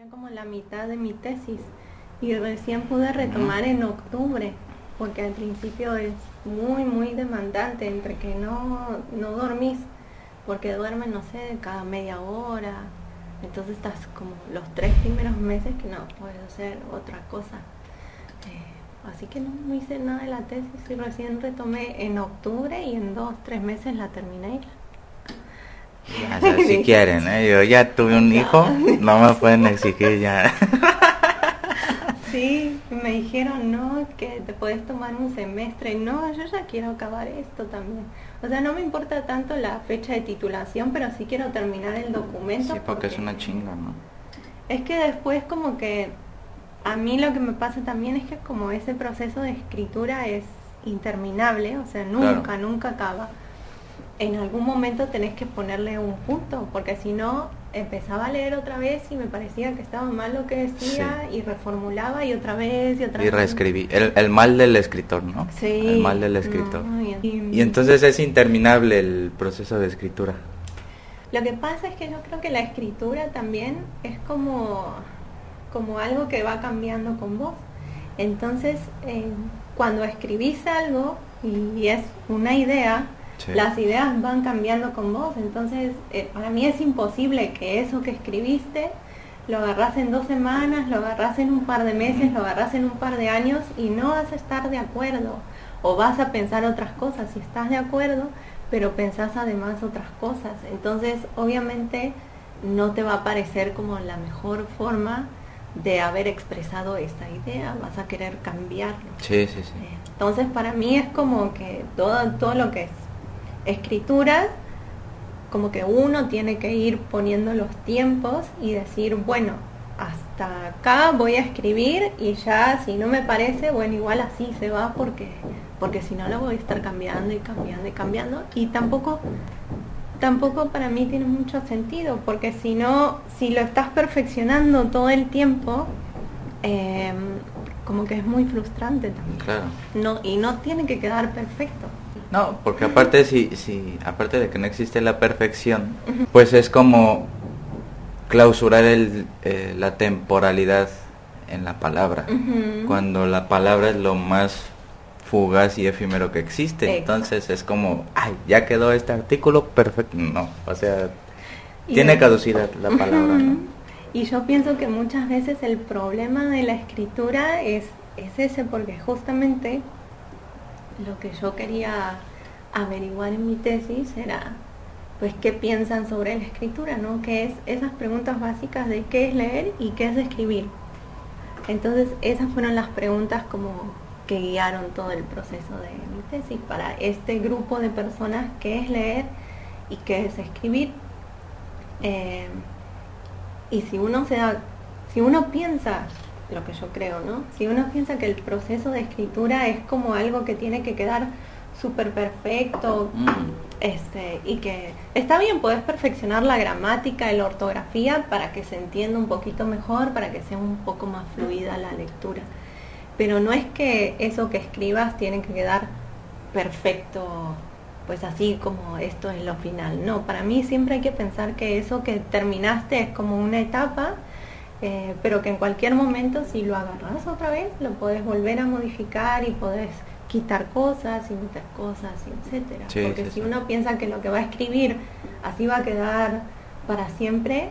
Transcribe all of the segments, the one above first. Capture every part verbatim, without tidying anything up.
terminé como la mitad de mi tesis y recién pude retomar en octubre, porque al principio es muy, muy demandante, entre que no, no dormís, porque duermes, no sé, cada media hora, entonces estás como los tres primeros meses que no puedes hacer otra cosa. Eh, así que no, no hice nada de la tesis y recién retomé en octubre y en dos, tres meses la terminé. O sea, si quieren, ¿eh? Yo ya tuve un hijo, no me pueden exigir ya. Sí, me dijeron, no, que te podés tomar un semestre. No, yo ya quiero acabar esto también. O sea, no me importa tanto la fecha de titulación, pero sí quiero terminar el documento. Sí, porque, porque es una chinga, ¿no? Es que después como que, a mí lo que me pasa también es que como ese proceso de escritura es interminable, o sea, nunca, claro. nunca acaba. En algún momento tenés que ponerle un punto, porque si no, empezaba a leer otra vez y me parecía que estaba mal lo que decía, sí. y reformulaba y otra vez y otra vez. Y reescribí, el, el mal del escritor, ¿no? Sí. El mal del escritor. No, y, y entonces es interminable el proceso de escritura. Lo que pasa es que yo creo que la escritura también es como, como algo que va cambiando con vos. Entonces, eh, cuando escribís algo y es una idea, sí. las ideas van cambiando con vos, entonces eh, para mí es imposible que eso que escribiste lo agarrás en dos semanas, lo agarrás en un par de meses, lo agarrás en un par de años y no vas a estar de acuerdo o vas a pensar otras cosas. Si estás de acuerdo, pero pensás además otras cosas, entonces obviamente no te va a parecer como la mejor forma de haber expresado esta idea, vas a querer cambiarlo. Sí, sí, sí. Entonces para mí es como que todo, todo lo que es escrituras, como que uno tiene que ir poniendo los tiempos y decir, bueno, hasta acá voy a escribir y ya si no me parece, bueno, igual así se va porque porque si no lo voy a estar cambiando y cambiando y cambiando y tampoco tampoco para mí tiene mucho sentido, porque si no, si lo estás perfeccionando todo el tiempo, eh, como que es muy frustrante también. Claro. No, y no tiene que quedar perfecto. No, porque aparte si, si aparte de que no existe la perfección, uh-huh. pues es como clausurar el, eh, la temporalidad en la palabra, uh-huh. cuando la palabra es lo más fugaz y efímero que existe. Exacto. Entonces es como, ay, ya quedó este artículo perfecto. No, o sea, y tiene el... caducidad la uh-huh. palabra, ¿no? Y yo pienso que muchas veces el problema de la escritura es, es ese, porque justamente lo que yo quería averiguar en mi tesis era, pues, qué piensan sobre la escritura, ¿no? Que es esas preguntas básicas de qué es leer y qué es escribir. Entonces, esas fueron las preguntas como que guiaron todo el proceso de mi tesis para este grupo de personas, qué es leer y qué es escribir. Eh, y si uno se da, si uno piensa, lo que yo creo, ¿no? Si uno piensa que el proceso de escritura es como algo que tiene que quedar súper perfecto, mm. este, y que está bien, podés perfeccionar la gramática y la ortografía para que se entienda un poquito mejor, para que sea un poco más fluida la lectura. Pero no es que eso que escribas tiene que quedar perfecto, pues así como esto es lo final. No, para mí siempre hay que pensar que eso que terminaste es como una etapa, Eh, pero que en cualquier momento, si lo agarras otra vez, lo podés volver a modificar y podés quitar cosas y meter cosas, y etcétera. Sí, porque sí, si sí. uno piensa que lo que va a escribir así va a quedar para siempre,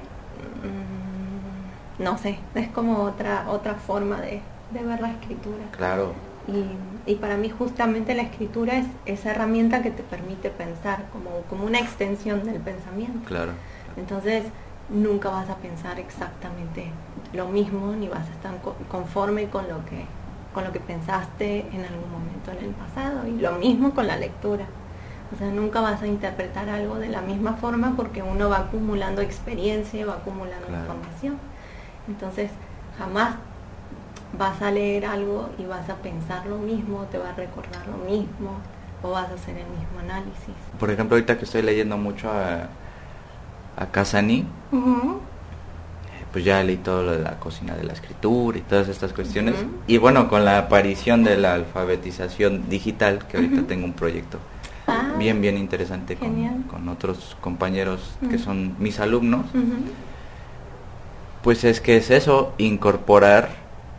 mmm, no sé, es como otra otra forma de, de ver la escritura. Claro. Y, y para mí justamente la escritura es esa herramienta que te permite pensar, como, como una extensión del pensamiento. Claro. Entonces, nunca vas a pensar exactamente lo mismo, ni vas a estar conforme con lo que con lo que pensaste en algún momento en el pasado, y lo mismo con la lectura. O sea, nunca vas a interpretar algo de la misma forma porque uno va acumulando experiencia, va acumulando claro. información. Entonces, jamás vas a leer algo y vas a pensar lo mismo, te va a recordar lo mismo, o vas a hacer el mismo análisis. Por ejemplo, ahorita que estoy leyendo mucho a a Casani, uh-huh. pues ya leí todo lo de la cocina de la escritura y todas estas cuestiones, uh-huh. y bueno, con la aparición de la alfabetización digital, que ahorita uh-huh. tengo un proyecto ah, bien bien interesante con, con otros compañeros uh-huh. que son mis alumnos, uh-huh. Pues es que es eso, incorporar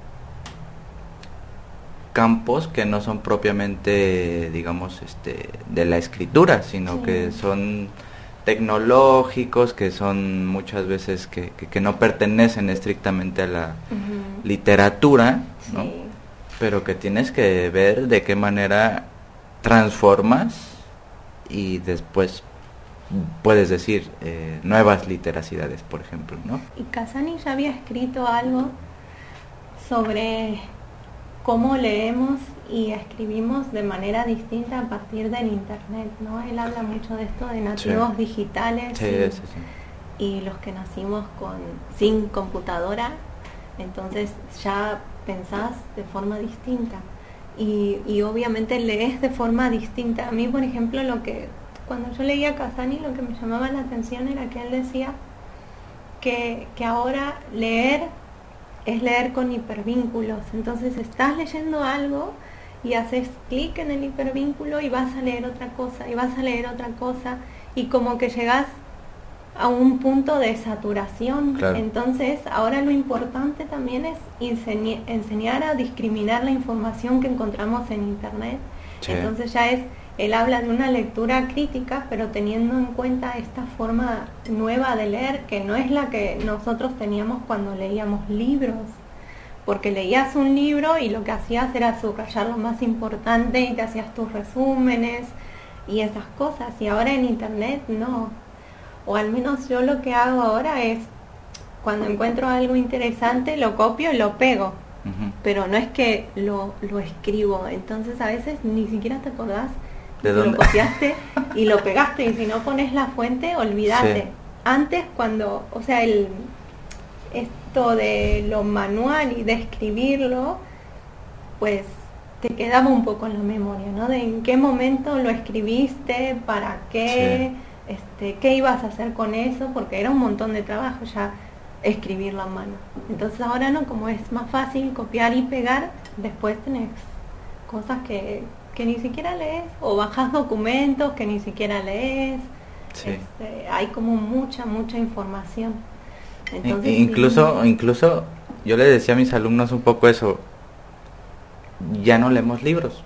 campos que no son propiamente, digamos, este, de la escritura, sino sí. que son tecnológicos, que son muchas veces que, que, que no pertenecen estrictamente a la uh-huh. literatura, ¿no? Sí. Pero que tienes que ver de qué manera transformas y después puedes decir eh, nuevas literacidades, por ejemplo, ¿no? Y Casani ya había escrito algo sobre cómo leemos y escribimos de manera distinta a partir del internet, ¿no? Él habla mucho de esto de nativos sí. digitales sí, y, sí, sí. y los que nacimos con sin computadora, entonces ya pensás de forma distinta y, y obviamente lees de forma distinta. A mí, por ejemplo, lo que cuando yo leía a Casani, lo que me llamaba la atención era que él decía que, que ahora leer es leer con hipervínculos. Entonces estás leyendo algo y haces clic en el hipervínculo y vas a leer otra cosa, y vas a leer otra cosa, y como que llegas a un punto de saturación. Claro. Entonces ahora lo importante también es enseñe, enseñar a discriminar la información que encontramos en internet. Sí. Entonces ya es, él habla de una lectura crítica, pero teniendo en cuenta esta forma nueva de leer, que no es la que nosotros teníamos cuando leíamos libros, porque leías un libro y lo que hacías era subrayar lo más importante y te hacías tus resúmenes y esas cosas, y ahora en internet no, o al menos yo lo que hago ahora es, cuando encuentro algo interesante lo copio y lo pego, uh-huh. pero no es que lo, lo escribo, entonces a veces ni siquiera te acordás ¿de dónde? Lo copiaste y lo pegaste, y si no pones la fuente, olvídate. Sí. Antes cuando, o sea, el esto de lo manual y de escribirlo, pues te quedaba un poco en la memoria, ¿no? De en qué momento lo escribiste, para qué, sí. este, qué ibas a hacer con eso, porque era un montón de trabajo ya escribirlo a mano. Entonces ahora no, como es más fácil copiar y pegar, después tenés cosas que que ni siquiera lees, o bajas documentos que ni siquiera lees. Sí. Este, hay como mucha, mucha información. Entonces, I- incluso, sí. incluso yo le decía a mis alumnos un poco eso, ya no leemos libros.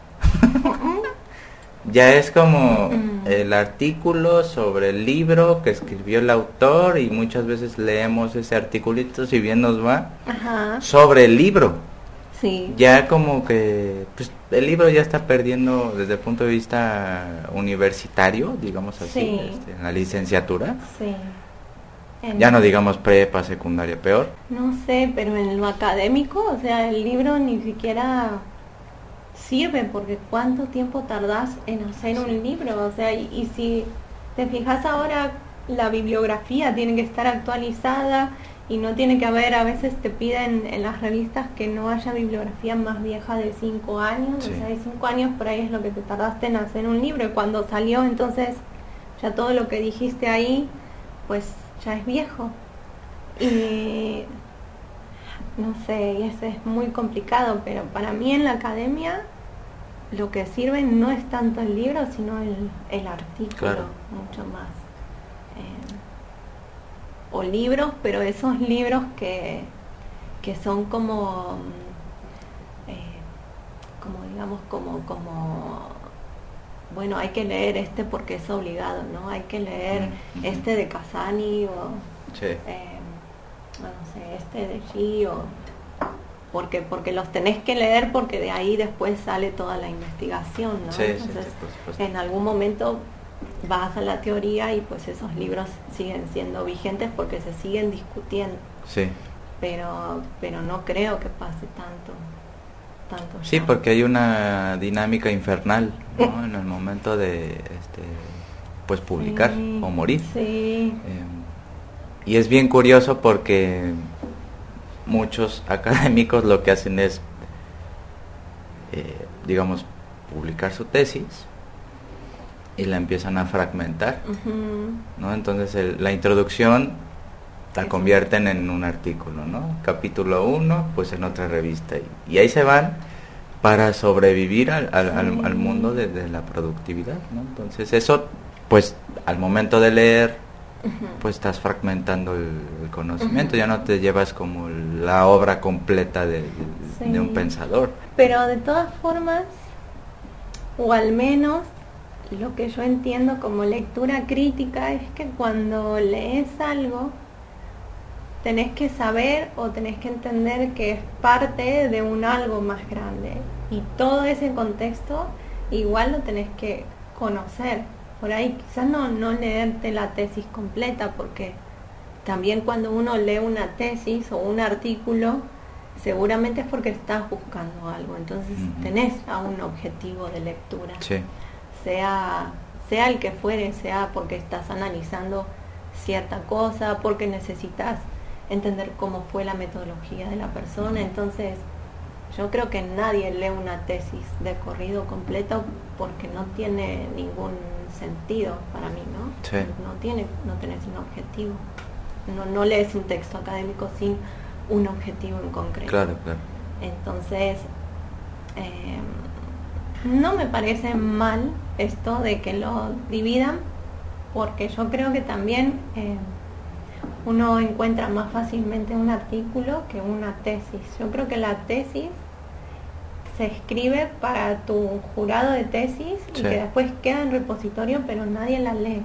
Ya es como uh-huh. el artículo sobre el libro que escribió el autor, y muchas veces leemos ese articulito, si bien nos va, uh-huh. sobre el libro. Sí. Ya como que pues, el libro ya está perdiendo desde el punto de vista universitario, digamos así, sí. este, en la licenciatura. Sí. En ya no digamos prepa, secundaria, peor. No sé, pero en lo académico, o sea, el libro ni siquiera sirve, porque ¿cuánto tiempo tardás en hacer sí. un libro? O sea, y, y si te fijas ahora, la bibliografía tiene que estar actualizada, y no tiene que haber, a veces te piden en las revistas que no haya bibliografía más vieja de cinco años, sí. o sea, de cinco años por ahí es lo que te tardaste en hacer un libro, y cuando salió entonces ya todo lo que dijiste ahí, pues ya es viejo. Y no sé, y eso es muy complicado, pero para mí en la academia lo que sirve no es tanto el libro, sino el, el artículo, claro. mucho más. O libros, pero esos libros que, que son como, eh, como digamos, como, como, bueno, hay que leer este porque es obligado, ¿no? Hay que leer mm-hmm. este de Casani o, sí. eh, no sé, este de G, o porque porque los tenés que leer, porque de ahí después sale toda la investigación, ¿no? Sí, Entonces, sí, sí, por en algún momento vas a la teoría y pues esos libros siguen siendo vigentes porque se siguen discutiendo. Sí. Pero pero no creo que pase tanto tanto. Sí, ya. Porque hay una dinámica infernal, ¿no? En el momento de este pues publicar sí, o morir. Sí. Eh, y es bien curioso porque muchos académicos lo que hacen es eh, digamos publicar su tesis y la empiezan a fragmentar, uh-huh. ¿no? Entonces el, la introducción la convierten en un artículo, ¿no? Capítulo uno, pues en otra revista, y, y ahí se van para sobrevivir al, al, sí. al, al mundo de, de la productividad, ¿no? Entonces eso, pues al momento de leer Uh-huh. pues estás fragmentando el, el conocimiento, uh-huh. ya no te llevas como la obra completa de, de, sí. de un pensador. Pero de todas formas, o al menos lo que yo entiendo como lectura crítica es que cuando lees algo tenés que saber o tenés que entender que es parte de un algo más grande, y todo ese contexto igual lo tenés que conocer. Por ahí quizás no, no leerte la tesis completa, porque también cuando uno lee una tesis o un artículo, seguramente es porque estás buscando algo, entonces uh-huh. tenés a un objetivo de lectura, sí. sea, sea el que fuere, sea porque estás analizando cierta cosa, porque necesitas entender cómo fue la metodología de la persona. Uh-huh. Entonces yo creo que nadie lee una tesis de corrido completo porque no tiene ningún sentido para mí, ¿no? Sí. No tiene, no tenés un objetivo. No, no lees un texto académico sin un objetivo en concreto. Claro, claro. Entonces, eh, no me parece mal esto de que lo dividan, porque yo creo que también eh, uno encuentra más fácilmente un artículo que una tesis. Yo creo que la tesis se escribe para tu jurado de tesis, sí. y que después queda en repositorio, pero nadie la lee.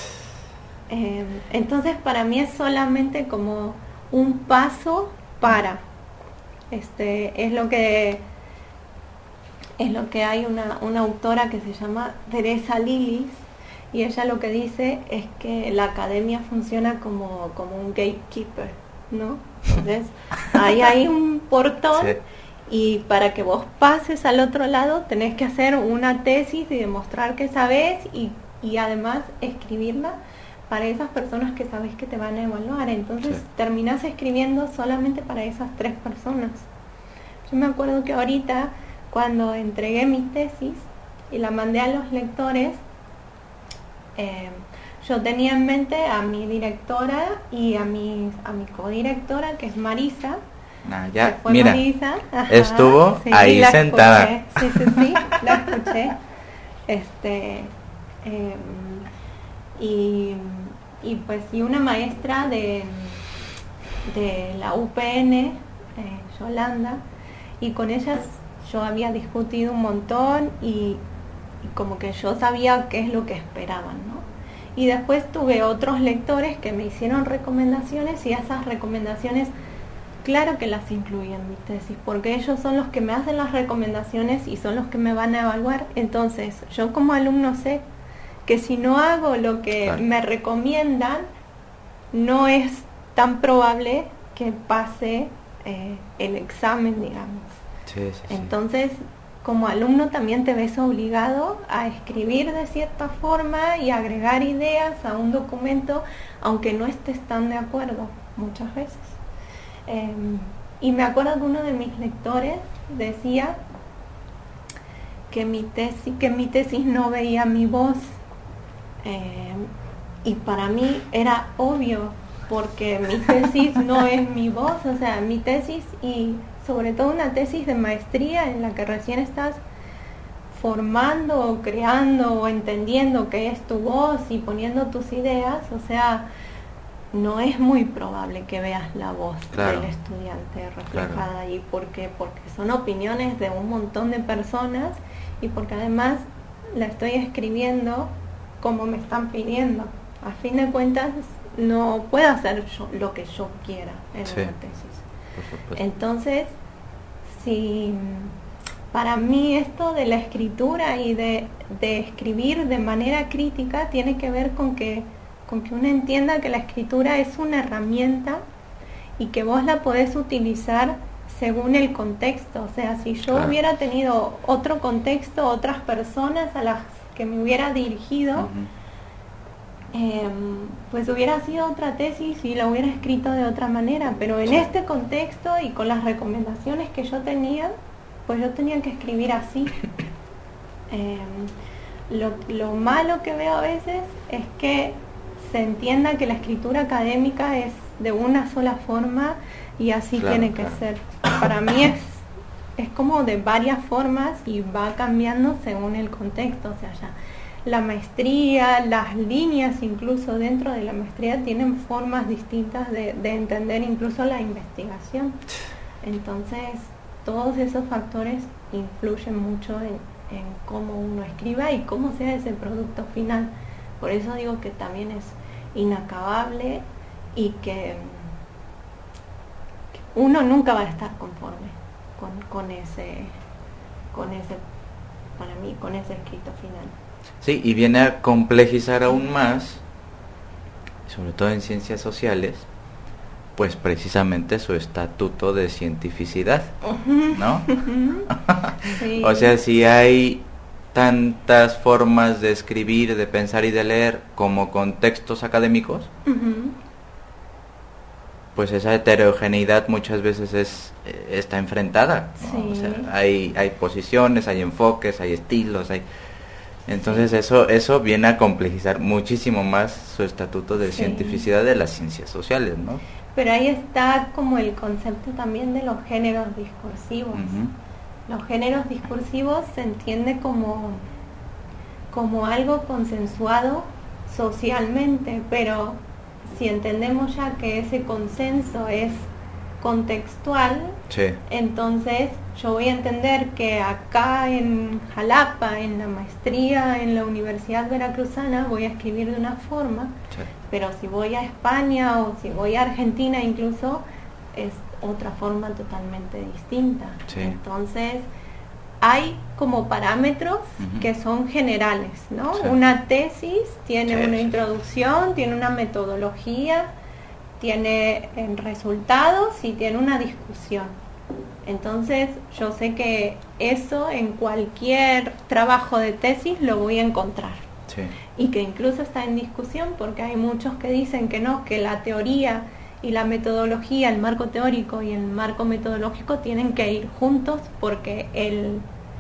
Eh, entonces para mí es solamente como un paso para, este, es lo que es lo que hay una, una autora que se llama Teresa Lillis, y ella lo que dice es que la academia funciona como, como un gatekeeper, ¿no? Entonces ahí hay un portón, sí. y para que vos pases al otro lado tenés que hacer una tesis y demostrar que sabés, y, y además escribirla para esas personas que sabés que te van a evaluar. Entonces sí. terminás escribiendo solamente para esas tres personas. Yo me acuerdo que ahorita, cuando entregué mi tesis y la mandé a los lectores, eh, yo tenía en mente a mi directora y a mi, a mi codirectora, que es Marisa. Ah, ya, mira, Marisa. Ajá, estuvo sí, ahí sentada. Escuché. Sí, sí, sí, la escuché. Este, eh, y, y pues, y una maestra de, de la U P N, eh, Yolanda, y con ellas yo había discutido un montón, y, y como que yo sabía qué es lo que esperaban, ¿no? Y después tuve otros lectores que me hicieron recomendaciones, y esas recomendaciones, claro que las incluí en mi tesis, porque ellos son los que me hacen las recomendaciones y son los que me van a evaluar. Entonces yo como alumno sé que si no hago lo que claro. me recomiendan, no es tan probable que pase eh, el examen, digamos. Sí, sí, sí. Entonces, como alumno también te ves obligado a escribir de cierta forma y agregar ideas a un documento, aunque no estés tan de acuerdo muchas veces. Eh, y me acuerdo que uno de mis lectores decía que mi tesis, que mi tesis no veía mi voz, eh, y para mí era obvio, porque mi tesis no es mi voz. O sea, mi tesis, y sobre todo una tesis de maestría en la que recién estás formando o creando o entendiendo qué es tu voz y poniendo tus ideas, o sea, no es muy probable que veas la voz claro. del estudiante reflejada claro. ahí. ¿Por qué? Porque son opiniones de un montón de personas, y porque además la estoy escribiendo como me están pidiendo. A fin de cuentas, no puedo hacer yo lo que yo quiera en sí. una tesis. Entonces, si para mí esto de la escritura y de, de escribir de manera crítica tiene que ver con que con que uno entienda que la escritura es una herramienta y que vos la podés utilizar según el contexto. O sea, si yo claro. hubiera tenido otro contexto, otras personas a las que me hubiera dirigido, uh-huh. eh, pues hubiera sido otra tesis y la hubiera escrito de otra manera. Pero en sí. este contexto y con las recomendaciones que yo tenía, pues yo tenía que escribir así. eh, lo, lo malo que veo a veces es que se entienda que la escritura académica es de una sola forma y así claro, tiene que claro. ser. Para mí es, es como de varias formas y va cambiando según el contexto. O sea, ya la maestría, las líneas incluso dentro de la maestría tienen formas distintas de, de entender incluso la investigación. Entonces, todos esos factores influyen mucho en, en cómo uno escriba y cómo sea ese producto final. Por eso digo que también es inacabable y que, que uno nunca va a estar conforme con, con ese, con ese, para mí, con ese escrito final. Sí, y viene a complejizar aún más, sobre todo en ciencias sociales, pues precisamente su estatuto de cientificidad, ¿no? Sí. O sea, si hay tantas formas de escribir, de pensar y de leer como contextos académicos, uh-huh. pues esa heterogeneidad muchas veces es está enfrentada, ¿no? Sí. O sea, hay hay posiciones, hay enfoques, hay estilos, hay entonces eso eso viene a complejizar muchísimo más su estatuto de sí. cientificidad de las ciencias sociales, ¿no? Pero ahí está como el concepto también de los géneros discursivos. Uh-huh. Los géneros discursivos se entiende como, como algo consensuado socialmente, pero si entendemos ya que ese consenso es contextual, sí. entonces yo voy a entender que acá en Jalapa, en la maestría en la Universidad Veracruzana, voy a escribir de una forma, sí. pero si voy a España o si voy a Argentina incluso, es otra forma totalmente distinta. Sí. Entonces, hay como parámetros uh-huh. que son generales, ¿no? Sí. Una tesis tiene sí, una sí. introducción, tiene una metodología, tiene en resultados y tiene una discusión. Entonces, yo sé que eso en cualquier trabajo de tesis lo voy a encontrar. Sí. Y que incluso está en discusión porque hay muchos que dicen que no, que la teoría y la metodología, el marco teórico y el marco metodológico tienen que ir juntos porque el,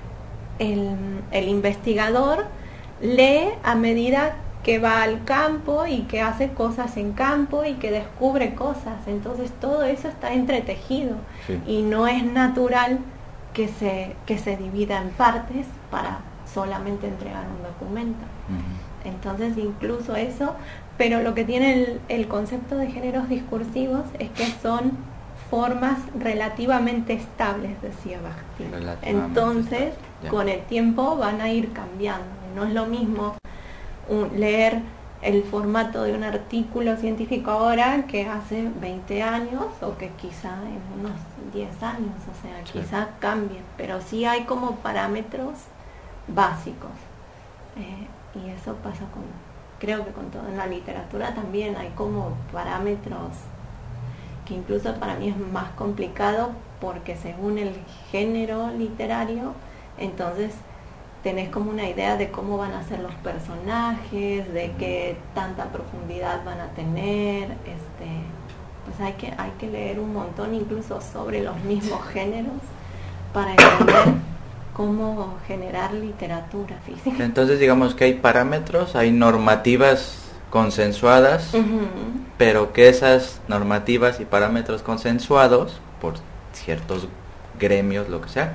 el, el investigador lee a medida que va al campo y que hace cosas en campo y que descubre cosas. Entonces todo eso está entretejido sí. y no es natural que se, que se divida en partes para solamente entregar un documento. Uh-huh. Entonces incluso eso, pero lo que tiene el, el concepto de géneros discursivos es que son formas relativamente estables, decía Bakhtin. Entonces, con el tiempo van a ir cambiando. No es lo mismo un, leer el formato de un artículo científico ahora que hace veinte años o que quizá en unos diez años, o sea, sí. quizá cambie, pero sí hay como parámetros básicos. Eh, y eso pasa con, creo que con todo, en la literatura también hay como parámetros que incluso para mí es más complicado porque según el género literario, entonces tenés como una idea de cómo van a ser los personajes, de qué tanta profundidad van a tener, este, pues hay que, hay que leer un montón incluso sobre los mismos géneros para entender cómo generar literatura física. Entonces digamos que hay parámetros, hay normativas consensuadas, uh-huh. pero que esas normativas y parámetros consensuados por ciertos gremios, lo que sea,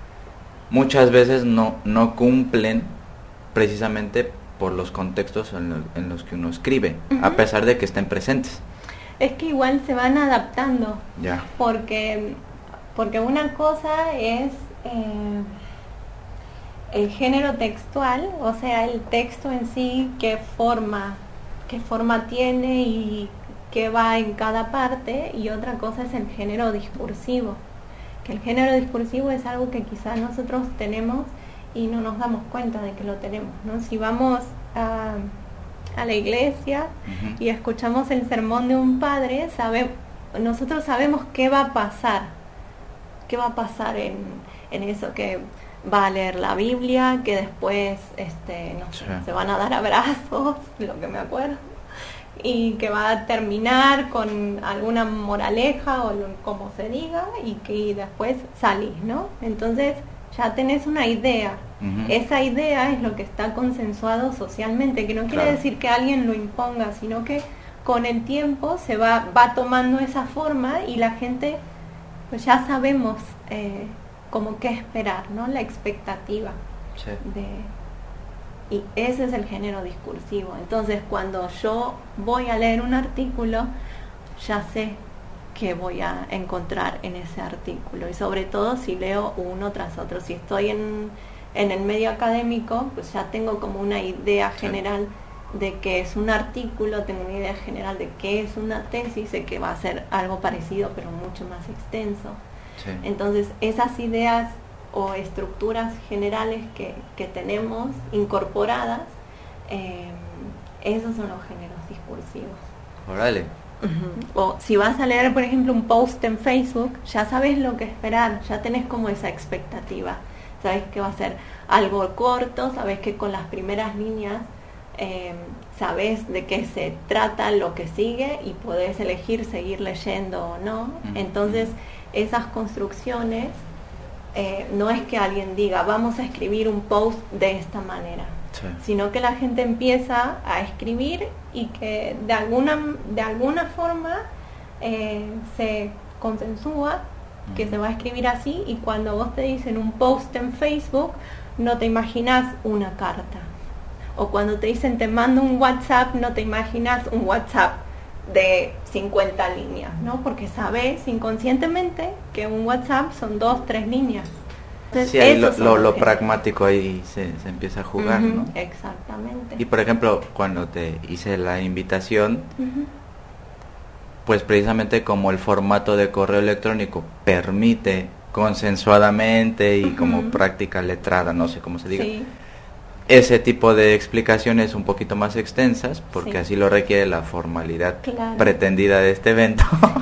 muchas veces no, no cumplen precisamente por los contextos en, lo, en los que uno escribe, uh-huh. a pesar de que estén presentes. Es que igual se van adaptando, ya. porque, porque una cosa es eh, el género textual, o sea, el texto en sí, qué forma, qué forma tiene y qué va en cada parte, y otra cosa es el género discursivo. Que el género discursivo es algo que quizás nosotros tenemos y no nos damos cuenta de que lo tenemos, ¿no? Si vamos a, a la iglesia uh-huh. y escuchamos el sermón de un padre, sabe, nosotros sabemos qué va a pasar, qué va a pasar en, en eso, que va a leer la Biblia, que después este, no sé, sí. se van a dar abrazos, lo que me acuerdo, y que va a terminar con alguna moraleja o lo, como se diga, y que después salís, ¿no? Entonces ya tenés una idea. Uh-huh. Esa idea es lo que está consensuado socialmente, que no quiere claro. decir que alguien lo imponga, sino que con el tiempo se va, va tomando esa forma y la gente, pues ya sabemos eh, como qué esperar, ¿no? La expectativa sí. de, Y ese es el género discursivo. Entonces, cuando yo voy a leer un artículo, ya sé qué voy a encontrar en ese artículo. Y sobre todo si leo uno tras otro. Si estoy en, en el medio académico, pues ya tengo como una idea general de qué es un artículo, tengo una idea general de qué es una tesis, sé que va a ser algo parecido, pero mucho más extenso. Sí. Entonces, esas ideas o estructuras generales que, que tenemos incorporadas, eh, esos son los géneros discursivos. Órale. Uh-huh. O si vas a leer, por ejemplo, un post en Facebook, ya sabes lo que esperar, ya tenés como esa expectativa. Sabes que va a ser algo corto, sabes que con las primeras líneas eh, sabes de qué se trata lo que sigue y podés elegir seguir leyendo o no. Uh-huh. Entonces, esas construcciones, Eh, no es que alguien diga vamos a escribir un post de esta manera, sí. sino que la gente empieza a escribir y que de alguna, de alguna forma eh, se consensúa mm. que se va a escribir así, y cuando vos te dicen un post en Facebook no te imaginas una carta, o cuando te dicen te mando un WhatsApp no te imaginas un WhatsApp de cincuenta líneas, ¿no? Porque sabes inconscientemente que un WhatsApp son dos, tres líneas. Entonces, sí, ahí lo, lo, lo pragmático ahí se, se empieza a jugar, uh-huh, ¿no? Exactamente. Y por ejemplo, cuando te hice la invitación, uh-huh, pues precisamente como el formato de correo electrónico permite consensuadamente y uh-huh, como práctica letrada, no sé cómo se diga, sí, ese tipo de explicaciones un poquito más extensas, porque sí, así lo requiere la formalidad, claro, pretendida de este evento.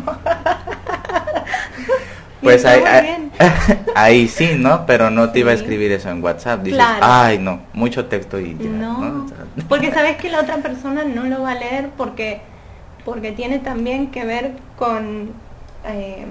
Pues ahí, ahí, ahí sí, ¿no? Pero no te sí, iba a escribir eso en WhatsApp. Dices, claro, ay, no, mucho texto y ya, no, ¿no? O sea, porque sabes que la otra persona no lo va a leer porque, porque tiene también que ver con, eh,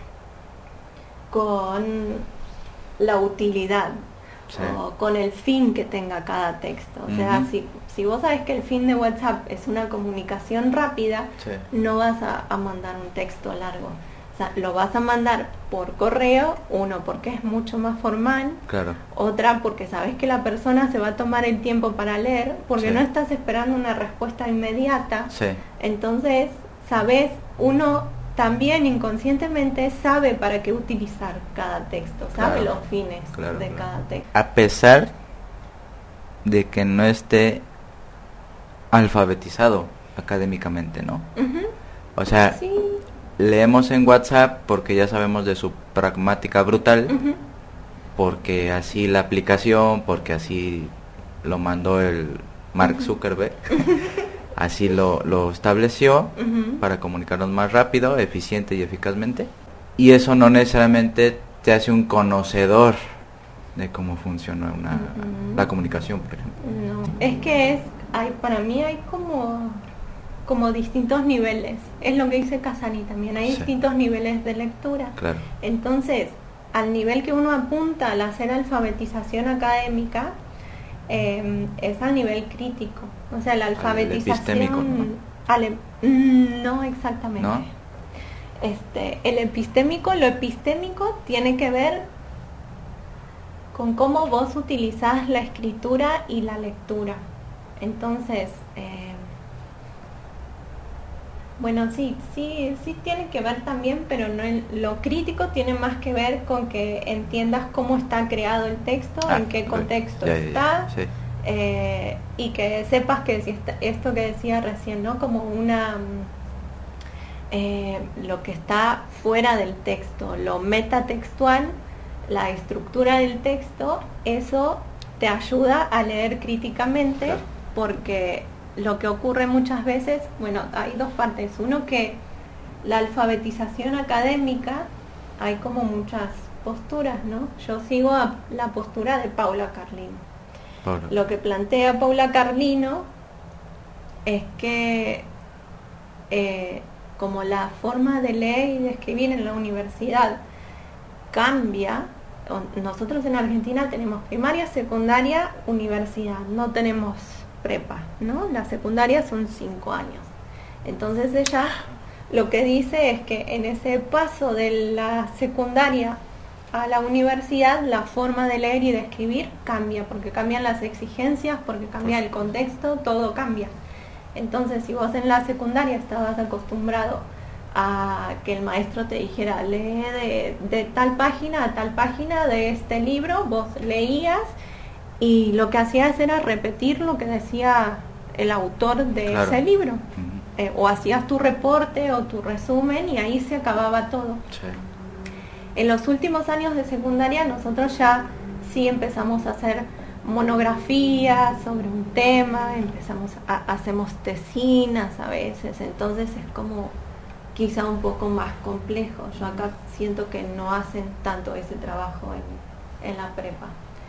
con la utilidad. Sí. O con el fin que tenga cada texto. O uh-huh, sea, si, si vos sabes que el fin de WhatsApp es una comunicación rápida, sí, no vas a, a mandar un texto largo. O sea, lo vas a mandar por correo, uno, porque es mucho más formal, claro, otra, porque sabes que la persona se va a tomar el tiempo para leer, porque sí, no estás esperando una respuesta inmediata. Sí. Entonces, sabes, uno también inconscientemente sabe para qué utilizar cada texto, sabe, claro, los fines, claro, de claro, cada texto. A pesar de que no esté alfabetizado académicamente, ¿no? Uh-huh. O sea, sí, leemos en WhatsApp porque ya sabemos de su pragmática brutal, uh-huh, porque así la aplicación, porque así lo mandó el Mark Zuckerberg. Así lo, lo estableció, uh-huh, para comunicarnos más rápido, eficiente y eficazmente. Y eso no necesariamente te hace un conocedor de cómo funciona una, uh-huh, la comunicación, por ejemplo. No, es que es, hay, para mí hay como, como distintos niveles. Es lo que dice Casani también, hay sí, distintos niveles de lectura. Claro. Entonces, al nivel que uno apunta al hacer alfabetización académica, Eh, es a nivel crítico, o sea, la alfabetización, epistémico, ¿no? Ale, no exactamente, ¿no? Este, el epistémico, lo epistémico tiene que ver con cómo vos utilizás la escritura y la lectura. Entonces, eh, bueno, sí, sí, sí tiene que ver también, pero no el, lo crítico tiene más que ver con que entiendas cómo está creado el texto, ah, en qué contexto ya, está, ya, ya, sí, eh, y que sepas que si está, esto que decía recién, ¿no? Como una, eh, lo que está fuera del texto, lo metatextual, la estructura del texto, eso te ayuda a leer críticamente, claro, porque lo que ocurre muchas veces, bueno, hay dos partes. Uno, que la alfabetización académica, hay como muchas posturas, ¿no? Yo sigo a la postura de Paula Carlino. Paula. Lo que plantea Paula Carlino es que eh, como la forma de leer y de escribir en la universidad cambia. Nosotros en Argentina tenemos primaria, secundaria, universidad, no tenemos prepa, ¿no? La secundaria son cinco años. Entonces ella lo que dice es que en ese paso de la secundaria a la universidad, la forma de leer y de escribir cambia, porque cambian las exigencias, porque cambia el contexto, todo cambia. Entonces, si vos en la secundaria estabas acostumbrado a que el maestro te dijera, lee de, de tal página a tal página de este libro, vos leías y lo que hacías era repetir lo que decía el autor de claro. ese libro. Uh-huh. Eh, o hacías tu reporte o tu resumen y ahí se acababa todo. Sí. En los últimos años de secundaria nosotros ya sí empezamos a hacer monografías sobre un tema, empezamos a, hacemos tesinas a veces, entonces es como quizá un poco más complejo. Yo acá siento que no hacen tanto ese trabajo en, en la prepa.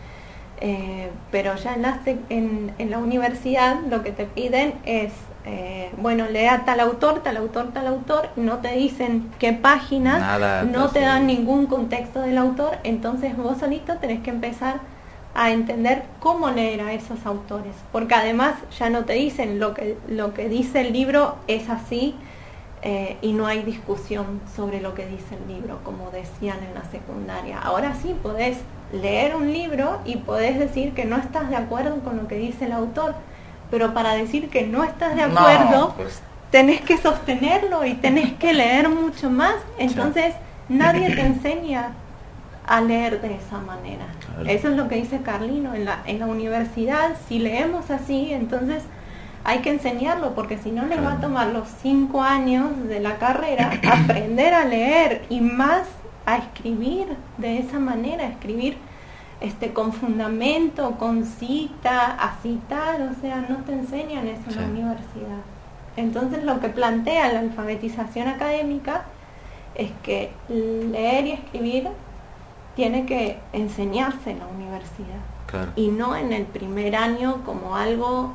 Eh, pero ya en la, en, en la universidad lo que te piden es, eh, bueno, lea tal autor, tal autor, tal autor, no te dicen qué página, Nada, no te dan ningún contexto del autor, entonces vos solito tenés que empezar a entender cómo leer a esos autores, porque además ya no te dicen lo que, lo que dice el libro es así, eh, y no hay discusión sobre lo que dice el libro, como decían en la secundaria. Ahora sí podés leer un libro y podés decir que no estás de acuerdo con lo que dice el autor, pero para decir que no estás de acuerdo, no, pues... tenés que sostenerlo y tenés que leer mucho más, entonces sí. nadie te enseña a leer de esa manera. Claro. Eso es lo que dice Carlino, en la, en la universidad, si leemos así, entonces hay que enseñarlo, porque si no les va a tomar los cinco años de la carrera aprender a leer y más a escribir de esa manera, escribir este con fundamento, con cita, a citar, o sea, no te enseñan eso sí. en la universidad. Entonces lo que plantea la alfabetización académica es que leer y escribir tiene que enseñarse en la universidad, claro. y no en el primer año como algo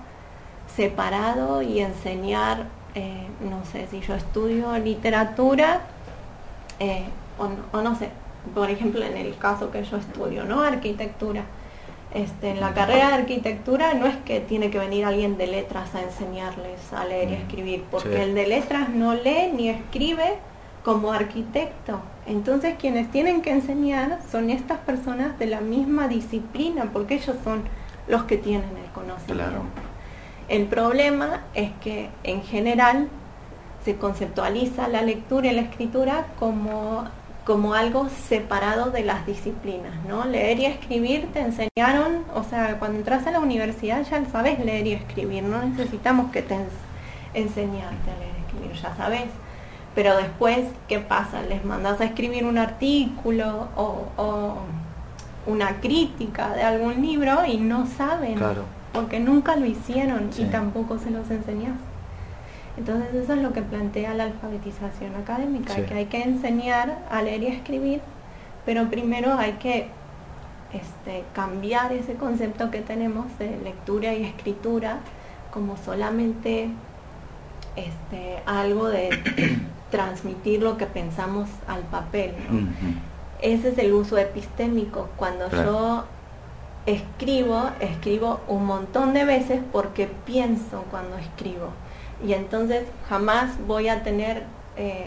separado y enseñar, eh, no sé, si yo estudio literatura, eh, o, no, o no sé, por ejemplo en el caso que yo estudio, ¿no? Arquitectura. Este, en la carrera de arquitectura no es que tiene que venir alguien de letras a enseñarles a leer y a escribir, porque sí. el de letras no lee ni escribe como arquitecto. Entonces quienes tienen que enseñar son estas personas de la misma disciplina, porque ellos son los que tienen el conocimiento. Claro. El problema es que en general se conceptualiza la lectura y la escritura como, como algo separado de las disciplinas, ¿no? Leer y escribir te enseñaron, o sea, cuando entras a la universidad ya sabes leer y escribir, no necesitamos que te ens- enseñarte a leer y escribir, ya sabes. Pero después, ¿qué pasa? Les mandas a escribir un artículo o, o una crítica de algún libro y no saben, claro. porque nunca lo hicieron sí. y tampoco se los enseñas. Entonces eso es lo que plantea la alfabetización académica, sí. que hay que enseñar a leer y a escribir, pero primero hay que este, cambiar ese concepto que tenemos de lectura y escritura como solamente este, algo de transmitir lo que pensamos al papel, ¿no? Uh-huh. Ese es el uso epistémico. Cuando claro. yo escribo, escribo un montón de veces porque pienso cuando escribo. Y entonces jamás voy a tener eh,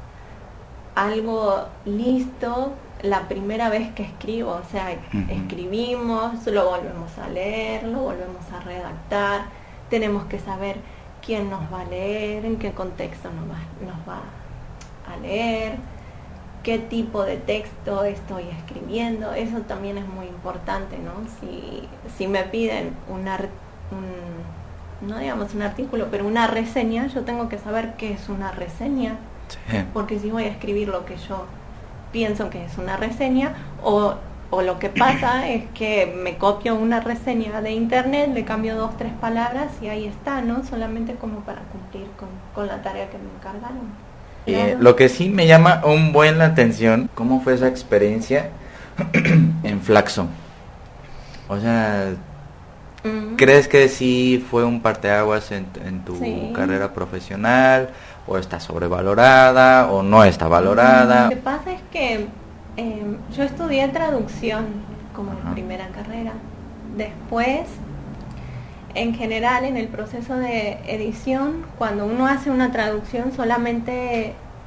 algo listo la primera vez que escribo. O sea, uh-huh. escribimos, lo volvemos a leer, lo volvemos a redactar. Tenemos que saber quién nos va a leer, en qué contexto nos va, nos va a leer, qué tipo de texto estoy escribiendo. Eso también es muy importante, ¿no? Si, si me piden un, ar, un, no digamos un artículo, pero una reseña, yo tengo que saber qué es una reseña, sí. porque si voy a escribir lo que yo pienso que es una reseña, o O lo que pasa es que me copio una reseña de internet, le cambio dos, tres palabras y ahí está, ¿no? Solamente como para cumplir con, con la tarea que me encargaron. Eh, lo que sí me llama un buen la atención, ¿cómo fue esa experiencia en Flaxo? O sea, uh-huh. ¿crees que sí fue un parteaguas en, en tu sí. carrera profesional? ¿O está sobrevalorada? ¿O no está valorada? Lo que pasa es que Eh, yo estudié traducción como uh-huh. primera carrera. Después, en general, en el proceso de edición, cuando uno hace una traducción, solamente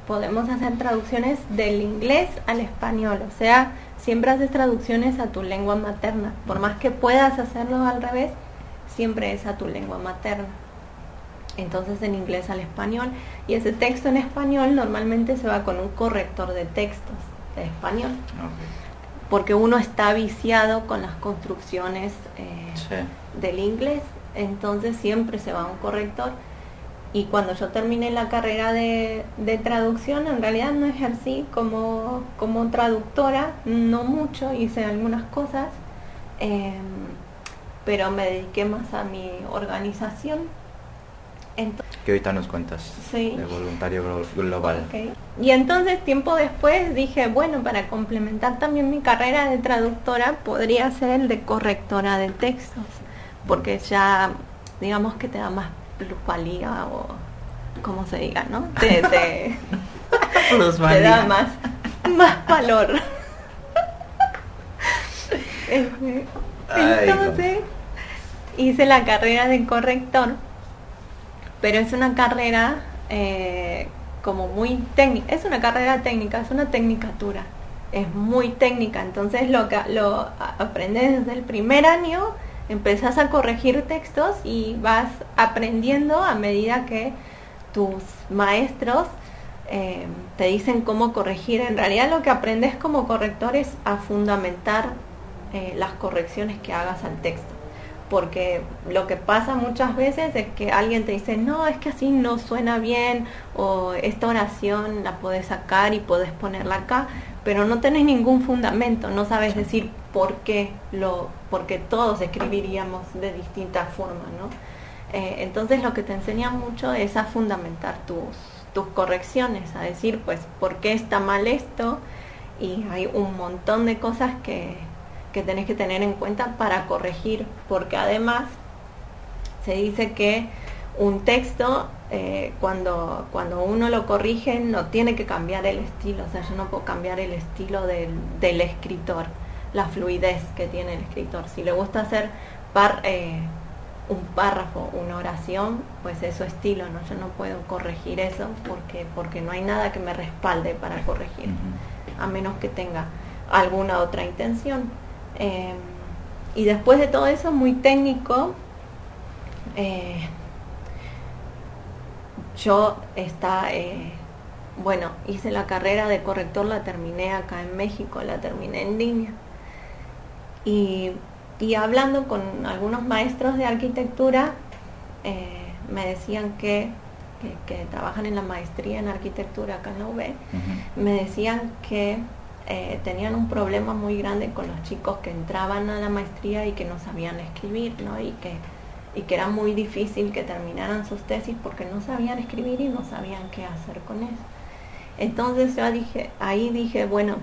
podemos hacer traducciones del inglés al español, o sea, siempre haces traducciones a tu lengua materna, por más que puedas hacerlo al revés, siempre es a tu lengua materna. Entonces en inglés al español, y ese texto en español normalmente se va con un corrector de textos de español, okay. Porque uno está viciado con las construcciones eh, sí. del inglés, entonces siempre se va a un corrector. Y cuando yo terminé la carrera de, de traducción, en realidad no ejercí como, como traductora, no mucho, hice algunas cosas, eh, pero me dediqué más a mi organización. Entonces, que ahorita nos cuentas, sí. De voluntario global. Okay. Y entonces tiempo después dije, bueno, para complementar también mi carrera de traductora, podría ser el de correctora de textos, porque ya, digamos que te da más plusvalía o como se diga, ¿no? Te, te, te da más, más valor. Este, entonces hice la carrera de corrector, pero es una carrera eh, como muy técnica, es una carrera técnica, es una tecnicatura, es muy técnica, entonces lo, lo aprendes desde el primer año. Empezás a corregir textos y vas aprendiendo a medida que tus maestros eh, te dicen cómo corregir. En realidad lo que aprendes como corrector es a fundamentar eh, las correcciones que hagas al texto. Porque lo que pasa muchas veces es que alguien te dice, no, es que así no suena bien, o esta oración la podés sacar y podés ponerla acá, pero no tenés ningún fundamento, no sabes decir por qué, lo, porque todos escribiríamos de distintas formas, ¿no? Eh, entonces lo que te enseña mucho es a fundamentar tus, tus correcciones, a decir, pues, ¿por qué está mal esto? Y hay un montón de cosas que, que tenés que tener en cuenta para corregir, porque además se dice que un texto, eh, cuando, cuando uno lo corrige, no tiene que cambiar el estilo, o sea, yo no puedo cambiar el estilo del, del escritor, la fluidez que tiene el escritor. Si le gusta hacer par, eh, un párrafo, una oración, pues es su estilo, ¿no? Yo no puedo corregir eso porque, porque no hay nada que me respalde para corregir, uh-huh. A menos que tenga alguna otra intención. Eh, y después de todo eso, muy técnico, eh, yo está, eh, bueno, hice la carrera de corrector, la terminé acá en México, la terminé en línea. Y, y hablando con algunos maestros de arquitectura, eh, me decían que, que, que trabajan en la maestría en arquitectura acá en la U B, uh-huh. Me decían que eh, tenían un problema muy grande con los chicos que entraban a la maestría y que no sabían escribir, ¿no? Y que y que era muy difícil que terminaran sus tesis porque no sabían escribir y no sabían qué hacer con eso. Entonces yo dije, ahí dije, bueno,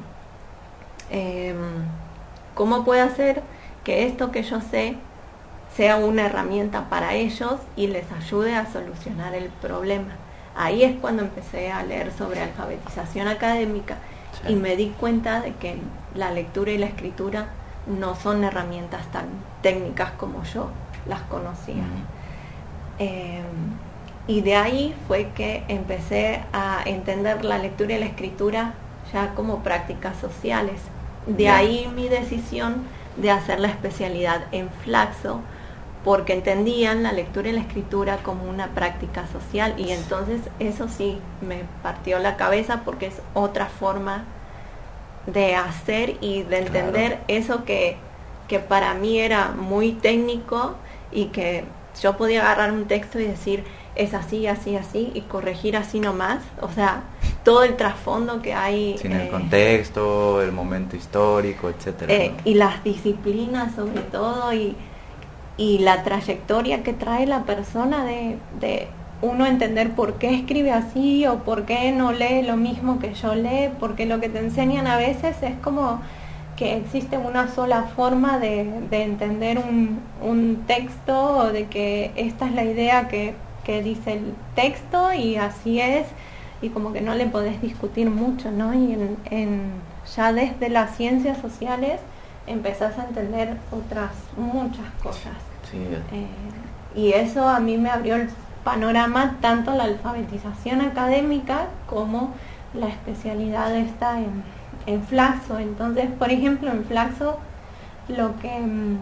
eh, ¿cómo puedo hacer que esto que yo sé sea una herramienta para ellos y les ayude a solucionar el problema? Ahí es cuando empecé a leer sobre alfabetización académica, sí. Y me di cuenta de que la lectura y la escritura no son herramientas tan técnicas como yo las conocía. Uh-huh. Eh, y de ahí fue que empecé a entender la lectura y la escritura ya como prácticas sociales. De yeah. ahí mi decisión de hacer la especialidad en Flaxo, porque entendían la lectura y la escritura como una práctica social, y entonces eso sí me partió la cabeza porque es otra forma de hacer y de entender, claro. Eso que, que para mí era muy técnico y que yo podía agarrar un texto y decir es así, así, así y corregir así nomás, o sea, todo el trasfondo que hay, sin eh, el contexto, el momento histórico, etcétera, eh, ¿no? Y las disciplinas sobre todo, y, y la trayectoria que trae la persona de, de uno entender por qué escribe así o por qué no lee lo mismo que yo leo, porque lo que te enseñan a veces es como que existe una sola forma de, de entender un, un texto, o de que esta es la idea que, que dice el texto y así es, y como que no le podés discutir mucho, ¿no? Y en, en, ya desde las ciencias sociales empezás a entender otras muchas cosas. Sí. Eh, y eso a mí me abrió el panorama, tanto la alfabetización académica como la especialidad está en, en Flaxo. Entonces, por ejemplo, en Flaxo lo que,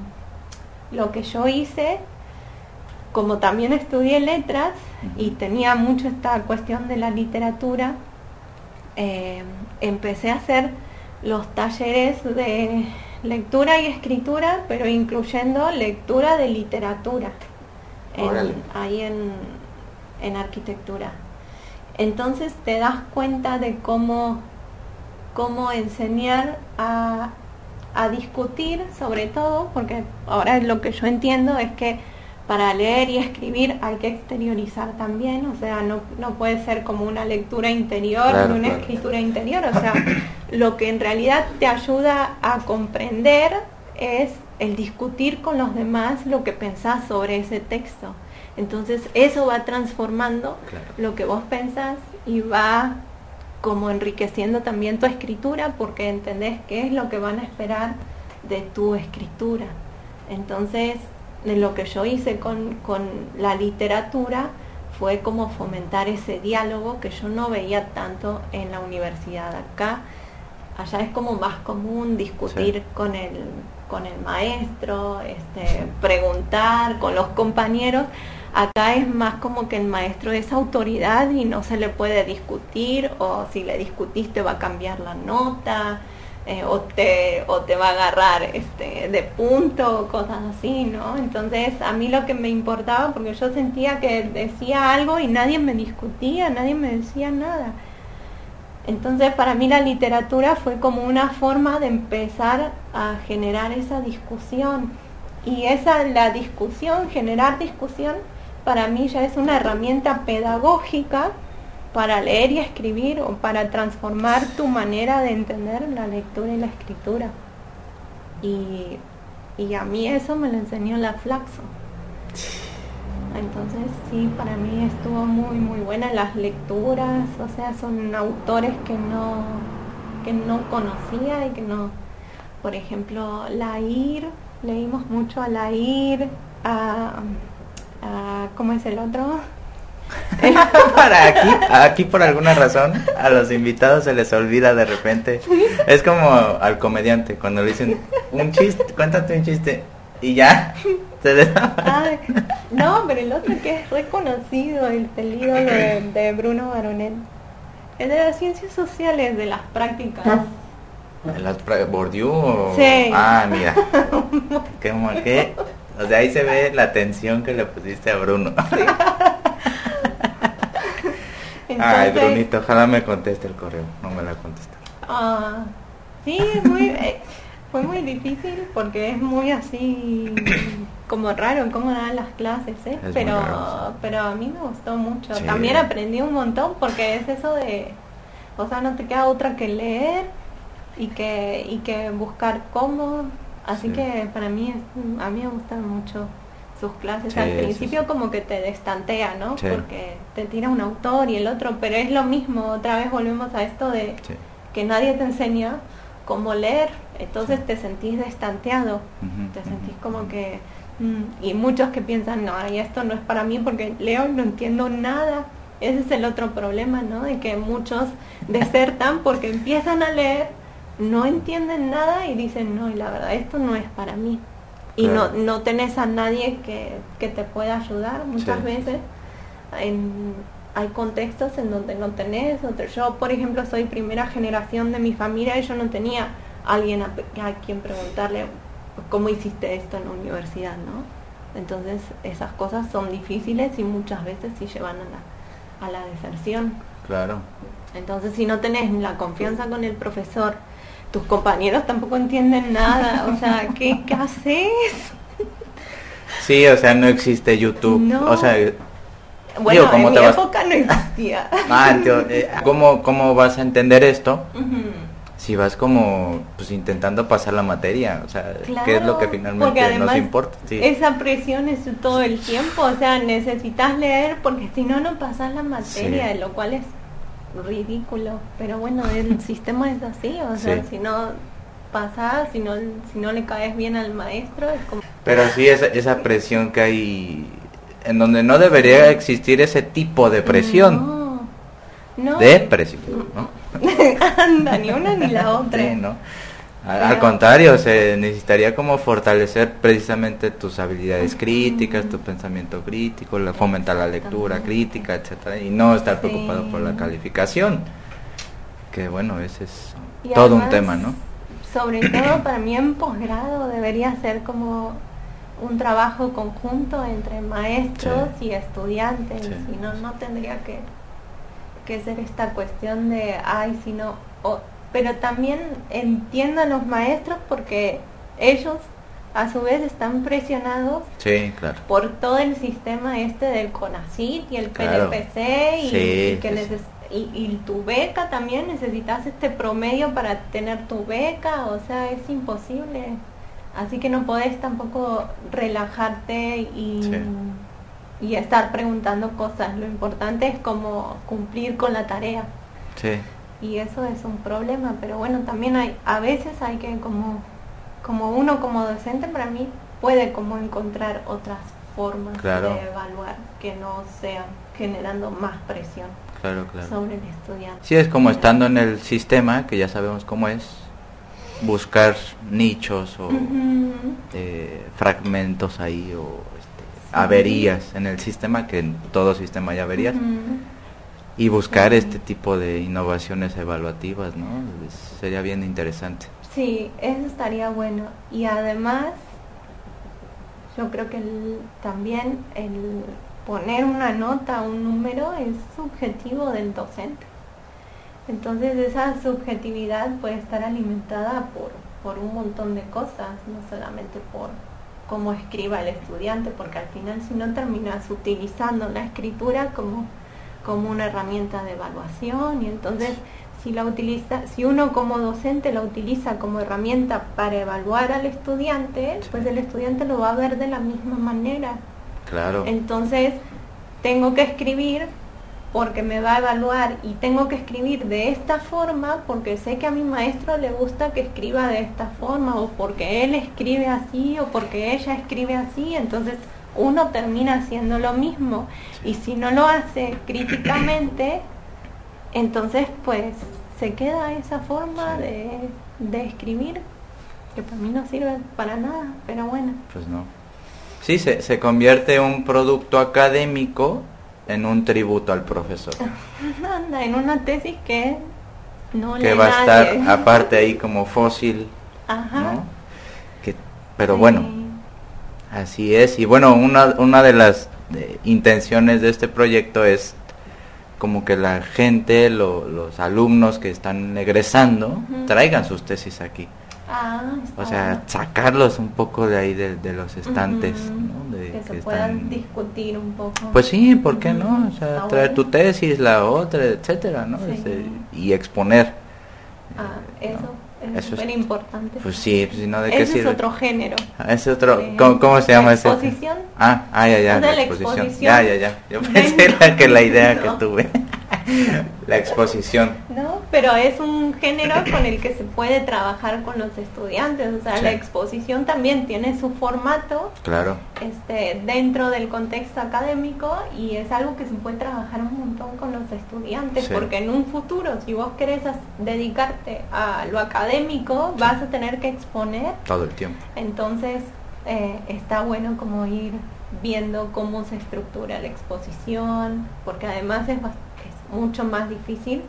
lo que yo hice, como también estudié letras y tenía mucho esta cuestión de la literatura, eh, empecé a hacer los talleres de lectura y escritura, pero incluyendo lectura de literatura en, ahí en, en arquitectura. Entonces te das cuenta de cómo, cómo enseñar a, a discutir, sobre todo, porque ahora lo que yo entiendo es que para leer y escribir hay que exteriorizar también, o sea, no, no puede ser como una lectura interior, claro, ni una claro. escritura interior, o sea, lo que en realidad te ayuda a comprender es el discutir con los demás lo que pensás sobre ese texto. Entonces eso va transformando claro. lo que vos pensás y va como enriqueciendo también tu escritura, porque entendés qué es lo que van a esperar de tu escritura. Entonces, de lo que yo hice con, con la literatura fue como fomentar ese diálogo que yo no veía tanto en la universidad. Acá, allá es como más común discutir sí. con el con el maestro, este, preguntar con los compañeros. Acá es más como que el maestro es autoridad y no se le puede discutir, o si le discutís te va a cambiar la nota, eh, o te o te va a agarrar este de punto, cosas así, ¿no? Entonces a mí lo que me importaba, porque yo sentía que decía algo y nadie me discutía, nadie me decía nada. Entonces para mí la literatura fue como una forma de empezar a generar esa discusión, y esa la discusión, generar discusión, para mí ya es una herramienta pedagógica para leer y escribir, o para transformar tu manera de entender la lectura y la escritura. Y, y a mí eso me lo enseñó la Flaxo. Entonces sí, para mí estuvo muy muy buena las lecturas, o sea, son autores que no que no conocía y que no, por ejemplo, Lair, leímos mucho a Lair, a, a ¿cómo es el otro? Para aquí, aquí por alguna razón a los invitados se les olvida de repente. Es como al comediante cuando le dicen un chiste, cuéntate un chiste y ya se les... Ay, no, pero el otro que es reconocido, el, el ídolo de, de Bruno Baronet, el de las ciencias sociales, de las prácticas. ¿Las pra- Bourdieu o... Sí. Ah, mira. ¿Qué, qué? O sea, ahí se ve la atención que le pusiste a Bruno. Sí. Entonces, ay, Brunito, ojalá me conteste el correo. No me la contesta. Ah, sí, es muy, eh, fue muy difícil porque es muy así como raro en cómo dan las clases, ¿eh? Es pero raro, sí. pero a mí me gustó mucho. Sí. También aprendí un montón porque es eso de, o sea, no te queda otra que leer y que y que buscar cómo. Así sí. que para mí es, a mí me gustan mucho sus clases. Sí, al principio sí. como que te destantea, ¿no? Sí. Porque te tira un autor y el otro, pero es lo mismo. Otra vez volvemos a esto de sí. que nadie te enseña cómo leer, entonces sí. te sentís destanteado, uh-huh, te sentís uh-huh. como que mm, y muchos que piensan, no, y esto no es para mí porque leo y no entiendo nada. Ese es el otro problema, ¿no? De que muchos desertan porque empiezan a leer, no entienden nada y dicen, no, y la verdad esto no es para mí. Y claro. no, no tenés a nadie que, que te pueda ayudar muchas sí. veces. En, hay contextos en donde no tenés. Otro. Yo, por ejemplo, soy primera generación de mi familia y yo no tenía a alguien a, a quien preguntarle cómo hiciste esto en la universidad, ¿no? Entonces esas cosas son difíciles y muchas veces sí llevan a la, a la deserción. Claro. Entonces si no tenés la confianza con el profesor, tus compañeros tampoco entienden nada, o sea, ¿qué, qué haces? Sí, o sea, no existe YouTube, no. O sea, bueno, digo, ¿cómo en te mi vas... época no existía. Ah, tío, eh, ¿cómo, ¿cómo vas a entender esto? Uh-huh. Si vas como, pues, intentando pasar la materia, o sea, claro, ¿qué es lo que finalmente además, nos importa? Sí. Esa presión es todo el tiempo, o sea, necesitas leer porque si no, no pasas la materia, sí. Lo cual es ridículo, pero bueno, el sistema es así, o sea, sí. si no pasas, si no si no le caes bien al maestro, es como... Pero sí, esa, esa presión que hay, en donde no debería existir ese tipo de presión, no, no. de presión, ¿no? Anda, ni una ni la otra. Sí, ¿no? Al, Pero... al contrario, se necesitaría como fortalecer precisamente tus habilidades críticas, tu pensamiento crítico, la, fomentar la lectura crítica, etcétera, y no estar sí. preocupado por la calificación, que bueno, ese es y todo además, un tema, ¿no? Sobre todo para mí en posgrado debería ser como un trabajo conjunto entre maestros sí. y estudiantes, sí. si no, no tendría que, que ser esta cuestión de, ay, si no, o, pero también entiendo a los maestros porque ellos a su vez están presionados sí, claro. por todo el sistema este del CONACYT y el claro. P N P C y, sí, y que sí, neces- sí. Y, y tu beca también, necesitas este promedio para tener tu beca, o sea, es imposible. Así que no podés tampoco relajarte y, sí. y estar preguntando cosas. Lo importante es como cumplir con la tarea. Sí. Y eso es un problema, pero bueno, también hay, a veces hay que como, como uno como docente para mí puede como encontrar otras formas claro. de evaluar que no sean generando más presión. Claro, claro. Sobre el estudiante. Sí, es como estando en el sistema, que ya sabemos cómo es, buscar nichos o uh-huh. eh, fragmentos ahí o este, sí. averías en el sistema, que en todo sistema hay averías, uh-huh. y buscar uh-huh. este tipo de innovaciones evaluativas, ¿no? Es, sería bien interesante. Sí, eso estaría bueno. Y además, yo creo que el, también el poner una nota, un número, es subjetivo del docente. Entonces esa subjetividad puede estar alimentada por, por un montón de cosas, no solamente por cómo escriba el estudiante, porque al final si no terminas utilizando la escritura como, como una herramienta de evaluación, y entonces si la utiliza, si uno como docente la utiliza como herramienta para evaluar al estudiante, pues el estudiante lo va a ver de la misma manera. Claro. Entonces, tengo que escribir porque me va a evaluar y tengo que escribir de esta forma porque sé que a mi maestro le gusta que escriba de esta forma o porque él escribe así o porque ella escribe así, entonces uno termina haciendo lo mismo y si no lo hace críticamente, entonces pues se queda esa forma sí. de, de escribir que para mí no sirve para nada, pero bueno. Pues no. Sí, se, se convierte un producto académico en un tributo al profesor. Anda, en una tesis que no que va a nadie. estar aparte ahí como fósil, Ajá. ¿no? Que, pero sí. bueno, así es. Y bueno, una, una de las de, intenciones de este proyecto es como que la gente, lo, los alumnos que están egresando, uh-huh. traigan sus tesis aquí. Ah, o sea, bueno. sacarlos un poco de ahí de, de los estantes, uh-huh. ¿no? De, que, que se están... puedan discutir un poco. Pues sí, ¿por qué uh-huh. no? O sea, está traer bueno. tu tesis, la otra, etcétera, ¿no? Sí. Este, y exponer. Ah, eh, eso ¿no? es súper importante. Pues sí, pues si no, ¿de ese qué sirve? Es otro género. Ese otro, eh, ¿cómo, ¿cómo se llama ese? ¿Exposición? Ah, ah, ya, ya, o sea, la, la exposición. exposición. Ya, ya, ya. Yo pensé la, que la idea no. que tuve. La exposición. No, pero es un género con el que se puede trabajar con los estudiantes, o sea, sí. la exposición también tiene su formato, claro, este, dentro del contexto académico y es algo que se puede trabajar un montón con los estudiantes, sí. porque en un futuro, si vos querés dedicarte a lo académico, sí. vas a tener que exponer todo el tiempo. Entonces, eh, está bueno como ir viendo cómo se estructura la exposición, porque además es bastante mucho más difícil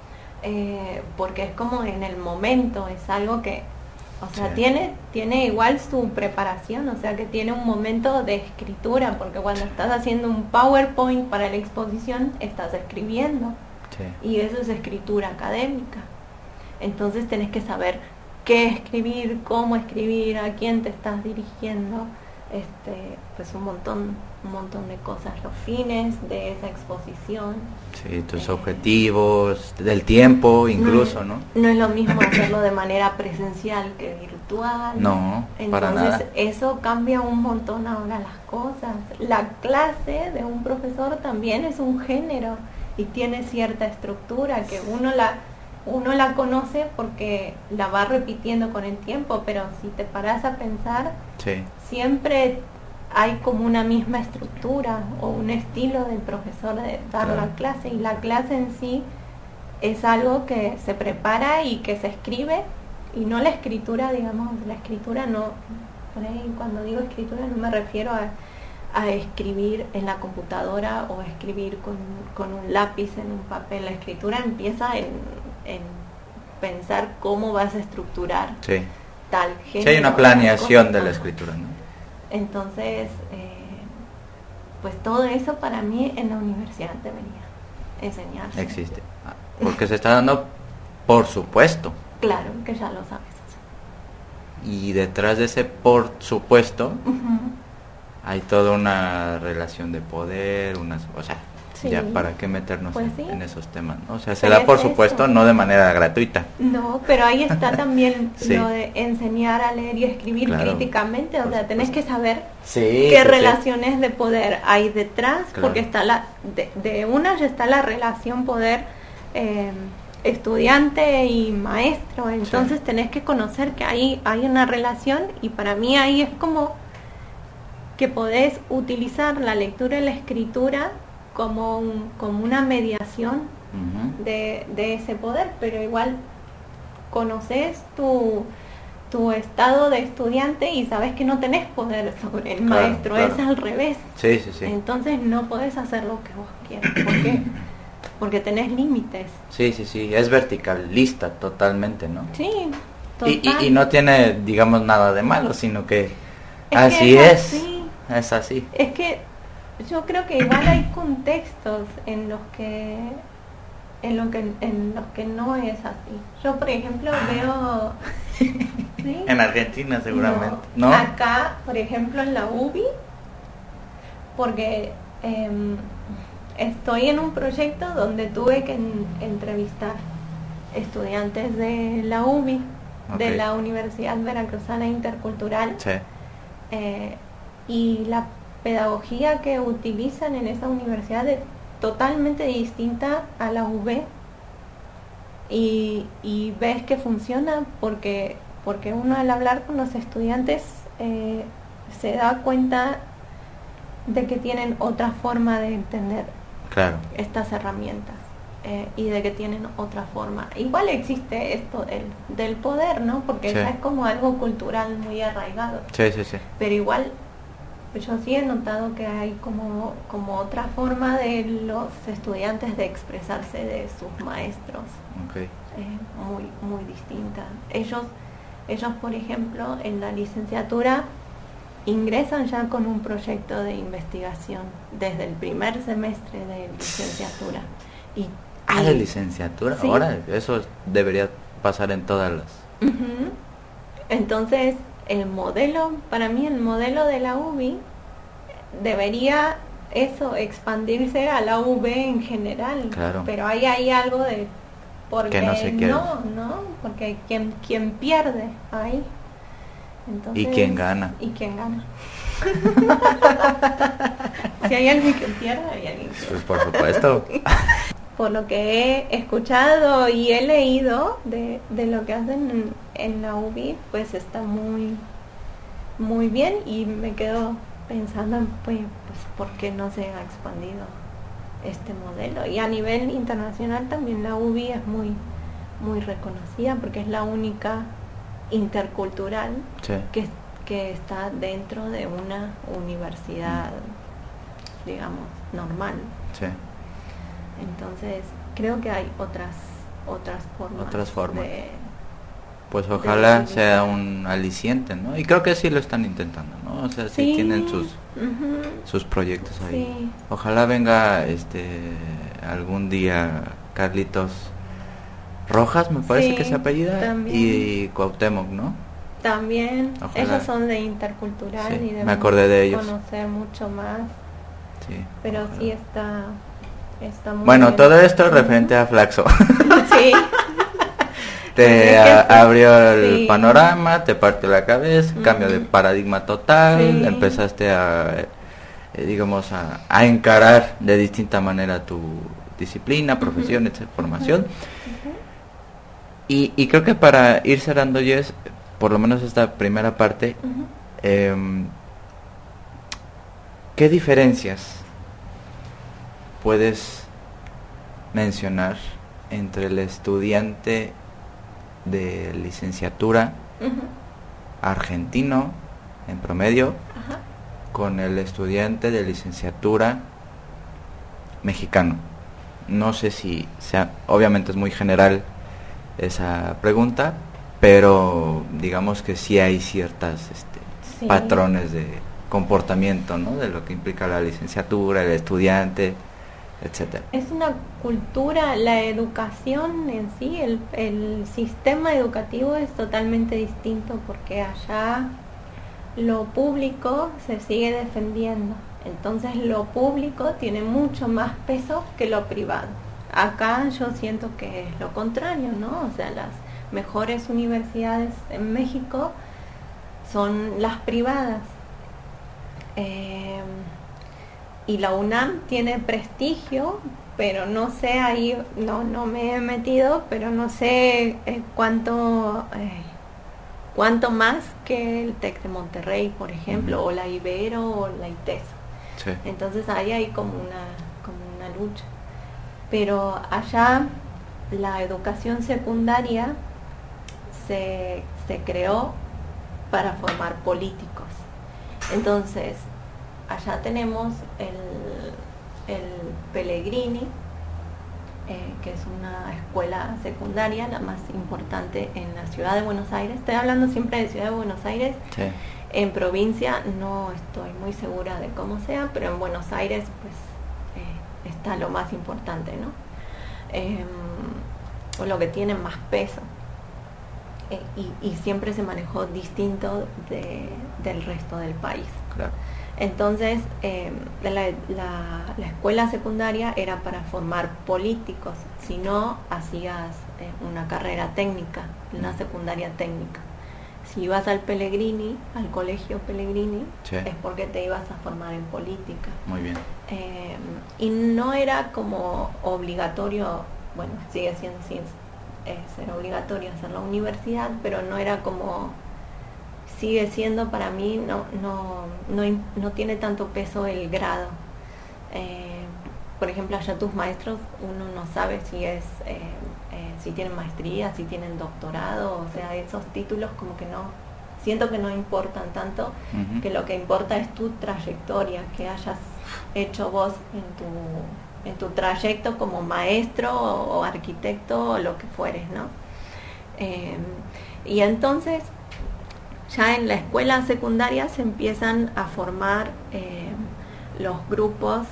eh, porque es como en el momento, es algo que, o sea, sí. tiene tiene igual su preparación, o sea, que tiene un momento de escritura, porque cuando estás haciendo un PowerPoint para la exposición, estás escribiendo, sí. y eso es escritura académica, entonces tenés que saber qué escribir, cómo escribir, a quién te estás dirigiendo, este, pues un montón, un montón de cosas, los fines de esa exposición. Sí, tus eh, objetivos, del tiempo incluso, ¿no? No, no es lo mismo hacerlo de manera presencial que virtual. No, Entonces, para nada. Entonces eso cambia un montón ahora las cosas. La clase de un profesor también es un género y tiene cierta estructura que uno la uno la conoce porque la va repitiendo con el tiempo, pero si te paras a pensar, sí. siempre hay como una misma estructura o un estilo del profesor de dar claro. la clase, y la clase en sí es algo que se prepara y que se escribe, y no la escritura, digamos, la escritura no, por ahí cuando digo escritura no me refiero a, a escribir en la computadora o a escribir con, con un lápiz en un papel. La escritura empieza en, en pensar cómo vas a estructurar sí. tal género. Sí, hay una planeación de la escritura, ¿no? Entonces, eh, pues todo eso para mí en la universidad debería enseñarse. Existe. Porque se está dando, por supuesto. Claro, que ya lo sabes hacer. Y detrás de ese por supuesto, uh-huh. hay toda una relación de poder, unas, o sea, sí. ya para qué meternos pues en, sí. en esos temas, ¿no? O sea, se pero da por supuesto, eso. No de manera gratuita. No, pero ahí está también sí. lo de enseñar a leer y escribir claro, críticamente, o sea, tenés que saber sí, qué sí, relaciones sí. de poder hay detrás, claro. porque está la de, de una ya está la relación poder eh, estudiante y maestro, entonces sí. tenés que conocer que ahí hay una relación, y para mí ahí es como que podés utilizar la lectura y la escritura como, un, como una mediación uh-huh. de, de ese poder, pero igual conoces tu, tu estado de estudiante y sabes que no tenés poder sobre el claro, maestro, claro. es al revés. Sí, sí, sí. Entonces no podés hacer lo que vos quieras. ¿Por qué? Porque tenés límites. Sí, sí, sí, es verticalista totalmente, ¿no? Sí, total. Y, y, y no tiene, digamos, nada de malo, sino que es así que es, es, así. es así. Es que yo creo que igual hay contextos en los que en lo que en los que no es así. Yo, por ejemplo, veo ¿sí? En Argentina seguramente, no, ¿no? Acá, por ejemplo, en la U B I, porque eh, estoy en un proyecto donde tuve que en, entrevistar estudiantes de la U B I, okay. de la Universidad Veracruzana Intercultural, sí. eh, y la pedagogía que utilizan en esa universidad es totalmente distinta a la U B, y, y ves que funciona porque, porque uno al hablar con los estudiantes eh, se da cuenta de que tienen otra forma de entender claro. estas herramientas eh, y de que tienen otra forma. Igual existe esto del, del poder, ¿no? Porque sí. ya es como algo cultural muy arraigado. Sí, sí, sí. Pero igual yo sí he notado que hay como, como otra forma de los estudiantes de expresarse de sus maestros. Okay. Eh, muy, muy distinta. Ellos, ellos, por ejemplo, en la licenciatura ingresan ya con un proyecto de investigación desde el primer semestre de licenciatura. Y, ah, y, de licenciatura, ¿sí? Ahora eso debería pasar en todas las... Uh-huh. Entonces, el modelo, para mí el modelo de la U B I debería eso, expandirse a la U B en general. Claro. Pero ahí hay algo de... Porque que no se quiere. No, no, porque quien, quien pierde ahí. Entonces, ¿y quién gana? ¿Y quién gana? Si hay alguien que pierde, hay alguien que pues por supuesto. Por lo que he escuchado y he leído de, de lo que hacen en, en la U B I, pues está muy muy bien, y me quedo pensando en pues, pues por qué no se ha expandido este modelo. Y a nivel internacional también la U B I es muy muy reconocida porque es la única intercultural sí. que, que está dentro de una universidad, digamos, normal. Sí. Entonces, creo que hay otras otras formas. Otras formas. De, pues ojalá sea un aliciente, ¿no? Y creo que sí lo están intentando, ¿no? O sea, sí, sí tienen sus uh-huh. sus proyectos ahí. Sí. Ojalá venga este algún día Carlitos Rojas, me parece sí, que se apellida, también. Y Cuauhtémoc, ¿no? También. Ojalá. Ellos son de intercultural sí, y de me acordé de ellos. Conocer mucho más. Sí. Pero ojalá. Sí está está muy bueno, bien. todo esto referente a Flaxo. Sí. Te a, abrió el sí. panorama, te partió la cabeza, uh-huh. cambio de paradigma total, sí. empezaste a, eh, digamos, a, a encarar de distinta manera tu disciplina, profesión, uh-huh. etcétera, formación. Uh-huh. Y, y creo que para ir cerrando, Jess, por lo menos esta primera parte, uh-huh. eh, ¿qué diferencias puedes mencionar entre el estudiante de licenciatura uh-huh. argentino en promedio uh-huh. con el estudiante de licenciatura mexicano. No sé si sea, obviamente es muy general esa pregunta, pero digamos que sí hay ciertas este, sí. patrones de comportamiento, ¿no? De lo que implica la licenciatura, el estudiante, etcétera. Es una cultura, la educación en sí, el, el sistema educativo es totalmente distinto, porque allá lo público se sigue defendiendo. Entonces lo público tiene mucho más peso que lo privado. Acá yo siento que es lo contrario, ¿no? O sea, las mejores universidades en México son las privadas. Eh, y la UNAM tiene prestigio, pero no sé, ahí no, no me he metido, pero no sé eh, cuánto... Eh, cuánto más que el TEC de Monterrey, por ejemplo, uh-huh. o la Ibero o la ITESO. Sí. Entonces ahí hay como una, como una lucha. Pero allá la educación secundaria se, se creó para formar políticos. Entonces, allá tenemos el, el Pellegrini, eh, que es una escuela secundaria, la más importante en la ciudad de Buenos Aires. Estoy hablando siempre de Ciudad de Buenos Aires. Sí. En provincia no estoy muy segura de cómo sea, pero en Buenos Aires pues eh, está lo más importante, ¿no? Eh, o lo que tiene más peso. Eh, y, y siempre se manejó distinto de, del resto del país. Claro. Entonces, eh, la, la, la escuela secundaria era para formar políticos, si no hacías eh, una carrera técnica, una secundaria técnica. Si ibas al Pellegrini, al colegio Pellegrini, sí. es porque te ibas a formar en política. Muy bien. Eh, y no era como obligatorio, bueno, sigue siendo sin eh, ser obligatorio hacer la universidad, pero no era como, sigue siendo para mí, no, no, no, no tiene tanto peso el grado. Eh, por ejemplo, allá tus maestros, uno no sabe si es... Eh, Eh, si tienen maestría, si tienen doctorado, o sea, esos títulos como que no, siento que no importan tanto, uh-huh. que lo que importa es tu trayectoria, que hayas hecho vos en tu, en tu trayecto como maestro o, o arquitecto o lo que fueres, ¿no? Eh, y entonces, ya en la escuela secundaria se empiezan a formar eh, los grupos,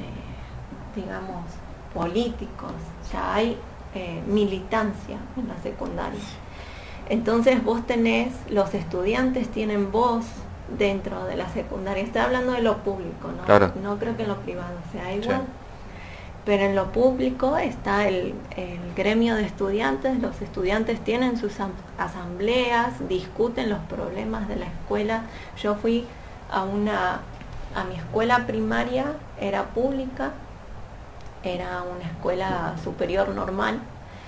eh, digamos, políticos, ya hay Eh, militancia en la secundaria. Entonces vos tenés, los estudiantes tienen voz dentro de la secundaria. Estoy hablando de lo público, ¿no? Claro. No creo que en lo privado sea igual. Sí. Pero en lo público está el, el gremio de estudiantes, los estudiantes tienen sus asambleas, discuten los problemas de la escuela. Yo fui a una, a mi escuela primaria, era pública, era una escuela superior normal,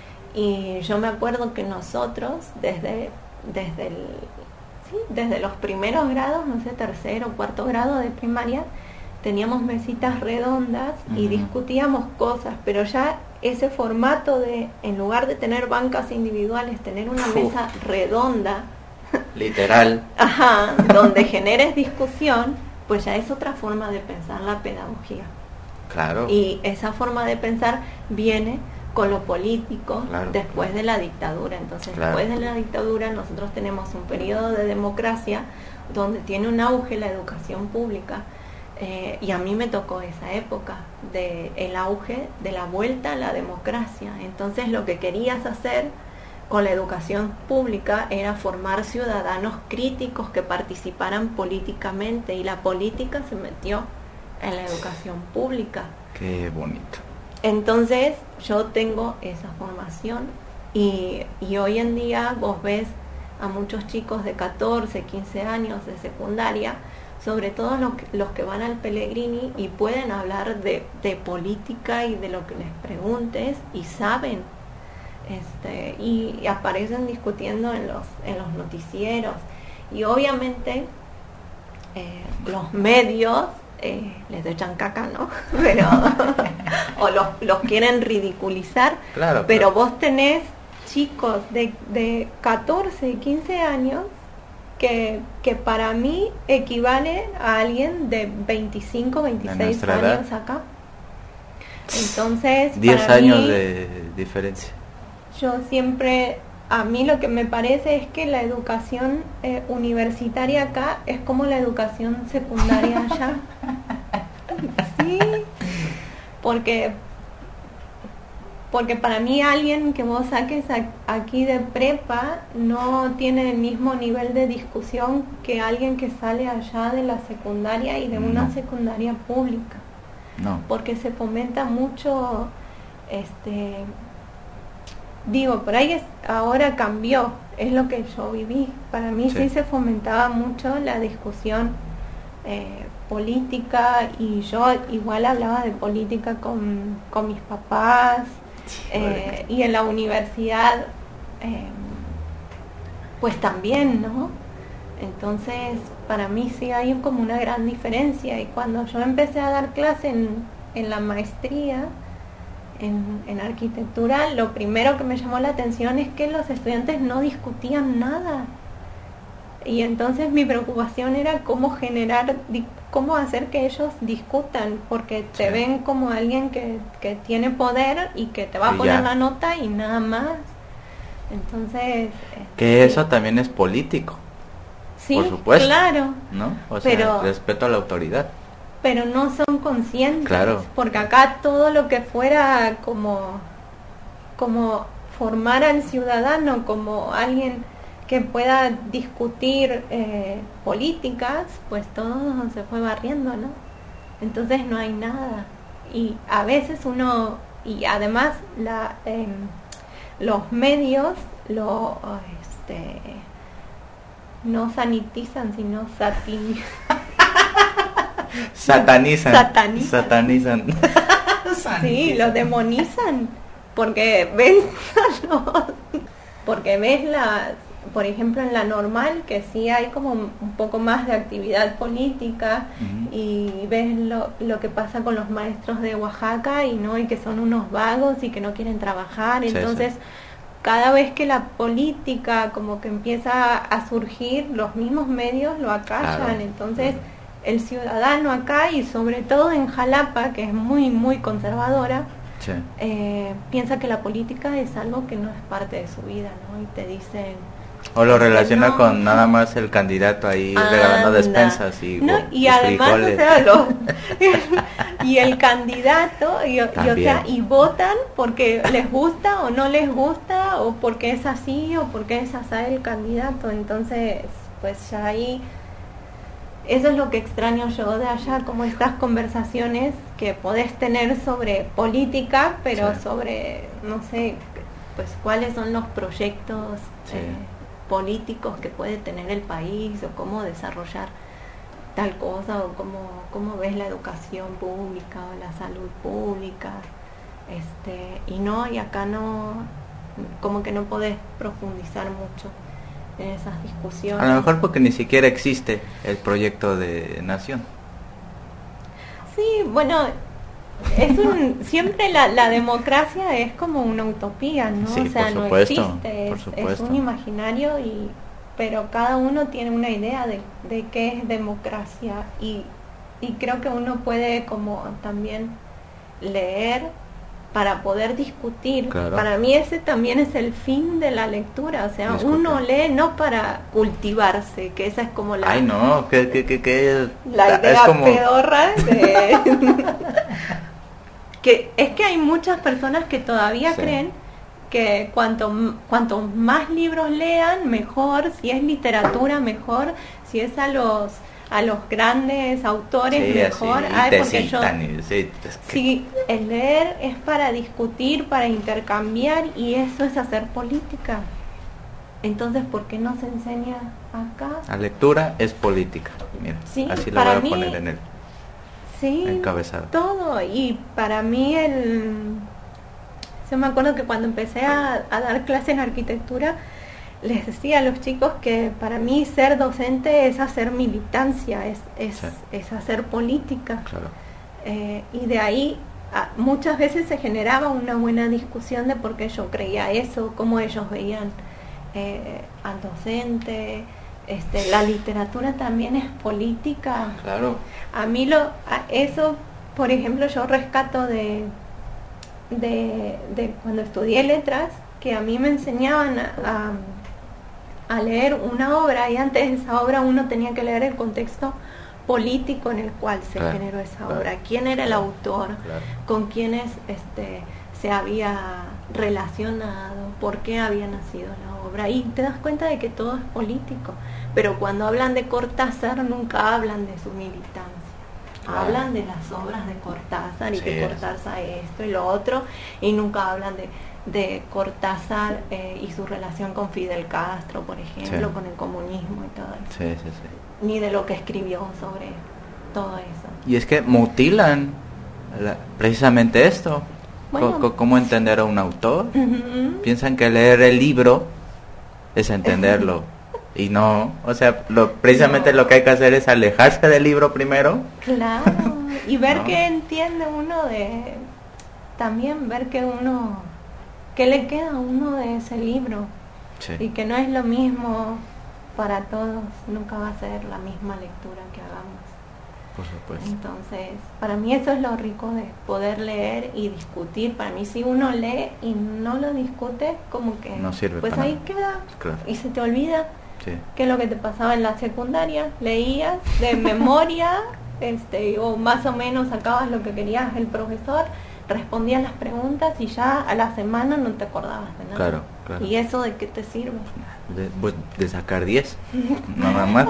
y yo me acuerdo que nosotros desde desde el, sí, desde los primeros grados, no sé, tercero, cuarto grado de primaria, teníamos mesitas redondas uh-huh. y discutíamos cosas, pero ya ese formato de, en lugar de tener bancas individuales, tener una uh. mesa redonda, literal, ajá, donde generes discusión, pues ya es otra forma de pensar la pedagogía. Claro. Y esa forma de pensar viene con lo político, claro, después claro. de la dictadura. Entonces, claro. después de la dictadura nosotros tenemos un periodo de democracia donde tiene un auge la educación pública. Eh, y a mí me tocó esa época de el auge de la vuelta a la democracia. Entonces, lo que querías hacer con la educación pública era formar ciudadanos críticos que participaran políticamente, y la política se metió en la educación pública. Qué bonito. Entonces yo tengo esa formación, y, y hoy en día vos ves a muchos chicos de catorce, quince años de secundaria, sobre todo los que, los que van al Pellegrini, y pueden hablar de, de política y de lo que les preguntes, y saben, este, y, y aparecen discutiendo en los, en los noticieros, y obviamente eh, los medios Eh, les echan caca, ¿no? Pero o los, los quieren ridiculizar, Claro, pero claro. vos tenés chicos de, de catorce, quince años que, que para mí equivale a alguien de veinticinco, veintiséis años edad. acá. Entonces, diez para años mí, de diferencia. yo siempre, a mí lo que me parece es que la educación eh, universitaria acá es como la educación secundaria allá. Sí, porque porque para mí alguien que vos saques a, aquí de prepa no tiene el mismo nivel de discusión que alguien que sale allá de la secundaria y de una No. secundaria pública. No. Porque se fomenta mucho, este, digo, por ahí es, ahora cambió, es lo que yo viví. Para mí sí, sí se fomentaba mucho la discusión eh, política, y yo igual hablaba de política con, con mis papás, eh, y en la universidad eh, pues también, ¿no? Entonces, para mí sí hay como una gran diferencia. Y cuando yo empecé a dar clase en, en la maestría, en, en arquitectura, lo primero que me llamó la atención es que los estudiantes no discutían nada. Y entonces mi preocupación era cómo generar, cómo hacer que ellos discutan, porque te sí. ven como alguien que, que tiene poder y que te va a y poner ya. la nota y nada más. Entonces... Que sí. eso también es político. Sí, por supuesto, claro. ¿no? O sea, pero, respeto a la autoridad. Pero no son conscientes. Claro. Porque acá todo lo que fuera como, como formar al ciudadano, como alguien que pueda discutir eh, políticas, pues todo se fue barriendo, ¿no? Entonces no hay nada. Y a veces uno, y además la, eh, los medios lo... este no sanitizan, sino satin... satanizan. Satanizan. Satanizan. Sí, lo demonizan. Porque ves los, porque ves las, por ejemplo en la normal, que sí hay como un poco más de actividad política, uh-huh. y ves lo, lo que pasa con los maestros de Oaxaca y no, y que son unos vagos y que no quieren trabajar. Sí, entonces sí. Cada vez que la política como que empieza a surgir, los mismos medios lo acallan. Claro. Entonces el ciudadano acá, y sobre todo en Jalapa, que es muy muy conservadora, sí. eh, piensa que la política es algo que no es parte de su vida, ¿no? Y te dicen... O lo relaciona no. con nada más el candidato ahí Anda. regalando despensas y, no, y además, o sea, lo, y el candidato y, y, o sea, y votan porque les gusta o no les gusta, o porque es así o porque es así el candidato. Entonces, pues ya ahí, eso es lo que extraño yo de allá, como estas conversaciones que podés tener sobre política, pero sí. sobre, no sé, pues cuáles son los proyectos sí. eh, políticos que puede tener el país, o cómo desarrollar tal cosa, o cómo, cómo ves la educación pública o la salud pública, este, y no, y acá no, como que no podés profundizar mucho en esas discusiones. A lo mejor porque ni siquiera existe el proyecto de nación. Sí, bueno, es un, siempre la, la democracia es como una utopía, ¿no? Sí, o sea, por no supuesto, existe, por es, supuesto. es un imaginario, y pero cada uno tiene una idea de, de qué es democracia, y, y creo que uno puede como también leer para poder discutir. Claro. Para mí ese también es el fin de la lectura, o sea, Discutir. Uno lee no para cultivarse, que esa es como la... Ay, no, que, que, que, que la idea es como... pedorra de... que es que hay muchas personas que todavía sí. creen que cuanto cuanto más libros lean, mejor, si es literatura, mejor, si es a los a los grandes autores, sí, mejor. Así, Ay, te porque citan, yo, y, sí, es que... sí, el leer es para discutir, para intercambiar, y eso es hacer política. Entonces, ¿por qué no se enseña acá? La lectura es política. Mira, sí, así lo voy a mí, poner en el sí, encabezado. Todo. Y para mí el... Yo me acuerdo que cuando empecé a, a dar clase en arquitectura, les decía a los chicos que para mí ser docente es hacer militancia, es, es, sí. es hacer política. Claro. Eh, y de ahí a, muchas veces se generaba una buena discusión de por qué yo creía eso, cómo ellos veían eh, al docente. Este, la literatura también es política. Claro. A mí lo, a eso, por ejemplo, yo rescato de, de, de cuando estudié letras, que a mí me enseñaban a, a, a leer una obra, y antes de esa obra uno tenía que leer el contexto político en el cual se claro, generó esa claro, obra, quién era el claro, autor, claro. con quiénes este, se había relacionado, por qué había nacido la obra, y te das cuenta de que todo es político. Pero cuando hablan de Cortázar nunca hablan de su militancia, claro. hablan de las obras de Cortázar y sí, que Cortázar es. esto y lo otro, y nunca hablan de, de Cortázar eh, y su relación con Fidel Castro, por ejemplo, sí. con el comunismo y todo eso. Sí, sí, sí. Ni de lo que escribió sobre todo eso. Y es que mutilan la, precisamente esto. Bueno, C- ¿Cómo entender a un autor? Uh-huh. Piensan que leer el libro es entenderlo. Y no, o sea, lo, precisamente no. lo que hay que hacer es alejarse del libro primero. Claro, y ver no. qué entiende uno de... También ver que uno... qué le queda a uno de ese libro. Sí. Y que no es lo mismo para todos, nunca va a ser la misma lectura que hagamos. Por supuesto. Entonces, para mí eso es lo rico de poder leer y discutir. Para mí, si uno lee y no lo discute, como que... no sirve pues para ahí nada. queda, claro. y se te olvida. Sí. ¿Qué es lo que te pasaba en la secundaria? Leías de memoria, este, o más o menos sacabas lo que querías el profesor, respondías las preguntas y ya a la semana no te acordabas de nada. Claro, claro. ¿Y eso de qué te sirve? De, pues, de sacar diez, nada más.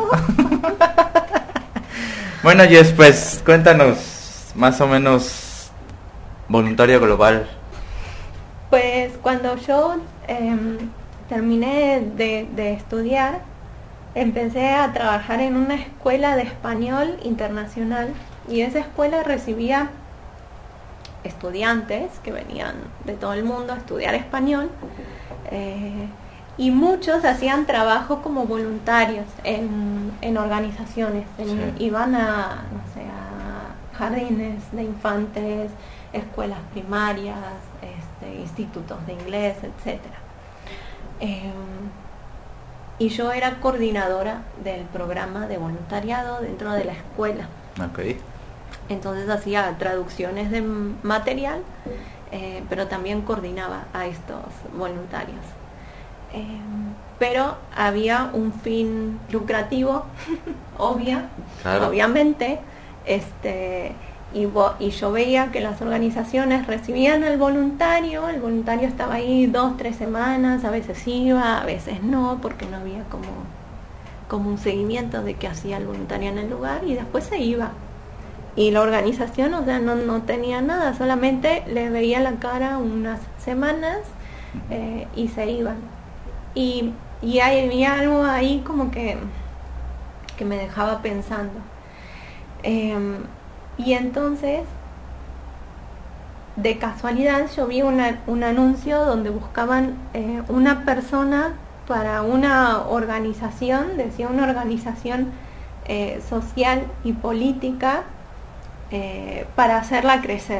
Bueno, Jess, pues cuéntanos más o menos Voluntario Global. Pues cuando yo... Eh, terminé de, de estudiar, empecé a trabajar en una escuela de español internacional, y esa escuela recibía estudiantes que venían de todo el mundo a estudiar español, eh, y muchos hacían trabajo como voluntarios en, en organizaciones, en, sí. iban a, no sé, a jardines de infantes, escuelas primarias, este, institutos de inglés, etcétera. Eh, y yo era coordinadora del programa de voluntariado dentro de la escuela. Okay. Entonces hacía traducciones de material, eh, pero también coordinaba a estos voluntarios. Eh, pero había un fin lucrativo, obvia, claro. obviamente, este... Y, vo- y yo veía que las organizaciones recibían al voluntario, el voluntario estaba ahí dos, tres semanas, a veces iba, a veces no, porque no había como, como un seguimiento de qué hacía el voluntario en el lugar, y después se iba. Y la organización, o sea, no, no tenía nada, solamente le veía la cara unas semanas eh, y se iban. Y, y había algo ahí como que, que me dejaba pensando. Eh, Y entonces, de casualidad, yo vi una, un anuncio donde buscaban eh, una persona para una organización, decía una organización eh, social y política, eh, para hacerla crecer.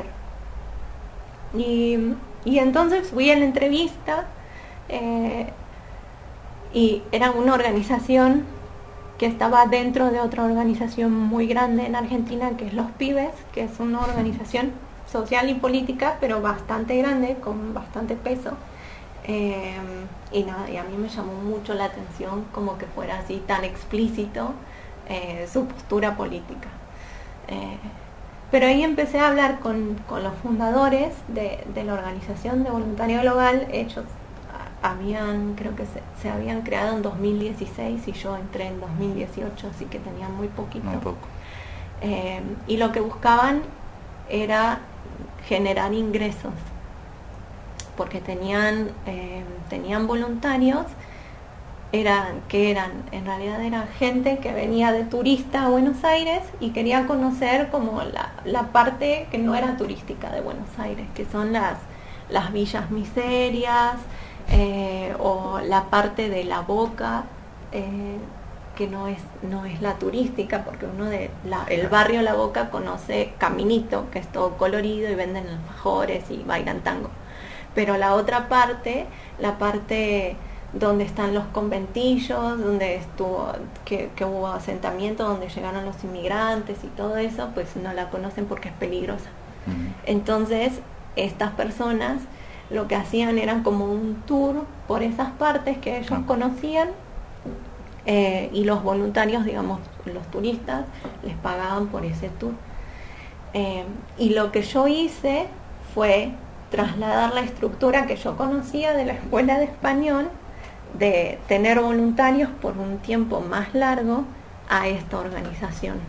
Y, y entonces fui a la entrevista, eh, y era una organización que estaba dentro de otra organización muy grande en Argentina, que es Los Pibes, que es una organización social y política, pero bastante grande, con bastante peso. Eh, y nada, y a mí me llamó mucho la atención como que fuera así tan explícito eh, su postura política. Eh, pero ahí empecé a hablar con, con los fundadores de, de la organización de Voluntario Global. Ellos habían, creo que se, se habían creado en dos mil dieciséis y yo entré en dos mil dieciocho, así que tenían muy poquito. Muy poco. Eh, y lo que buscaban era generar ingresos, porque tenían eh, tenían voluntarios, eran que eran en realidad era gente que venía de turista a Buenos Aires y quería conocer como la, la parte que no era turística de Buenos Aires, que son las las villas miserias, eh, o la parte de La Boca, eh, que no es, no es la turística, porque uno de la, el barrio La Boca conoce Caminito, que es todo colorido y venden alfajores y bailan tango. Pero la otra parte, la parte donde están los conventillos, donde estuvo, que, que hubo asentamiento, donde llegaron los inmigrantes y todo eso, pues no la conocen porque es peligrosa. Uh-huh. Entonces, estas personas lo que hacían eran como un tour por esas partes que ellos uh-huh. conocían, eh, y los voluntarios, digamos, los turistas, les pagaban por ese tour. Eh, y lo que yo hice fue trasladar la estructura que yo conocía de la escuela de español, de tener voluntarios por un tiempo más largo, a esta organización.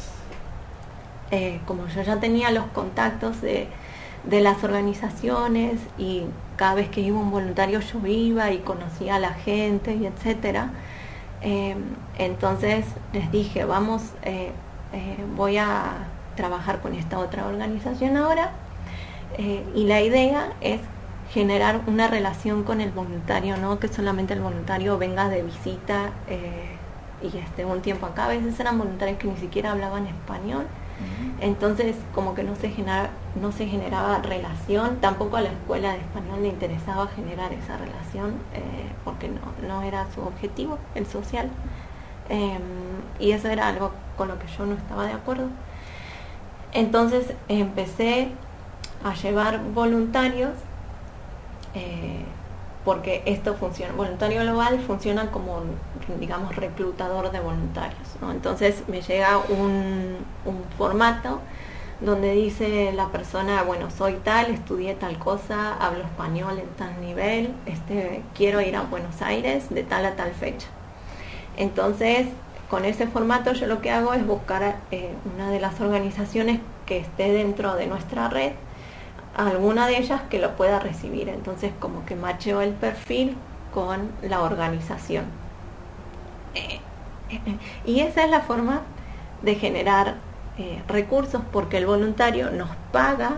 Eh, como yo ya tenía los contactos de, de las organizaciones, y cada vez que iba un voluntario yo iba y conocía a la gente y etcétera, eh, entonces les dije, vamos, eh, eh, voy a trabajar con esta otra organización ahora, eh, y la idea es generar una relación con el voluntario, no que solamente el voluntario venga de visita eh, y esté un tiempo acá. A veces eran voluntarios que ni siquiera hablaban español, uh-huh. entonces como que no se generaba, no se generaba relación. Tampoco a la escuela de español le interesaba generar esa relación, eh, porque no, no era su objetivo, el social, eh, y eso era algo con lo que yo no estaba de acuerdo. Entonces empecé a llevar voluntarios, Eh, porque esto funciona, Voluntario Global funciona como, digamos, reclutador de voluntarios, ¿no? Entonces me llega un, un formato donde dice la persona, bueno, soy tal, estudié tal cosa, hablo español en tal nivel, este, quiero ir a Buenos Aires de tal a tal fecha. Entonces, con ese formato yo lo que hago es buscar eh, una de las organizaciones que esté dentro de nuestra red, alguna de ellas que lo pueda recibir. Entonces como que macheo el perfil con la organización, eh, eh, y esa es la forma de generar eh, recursos, porque el voluntario nos paga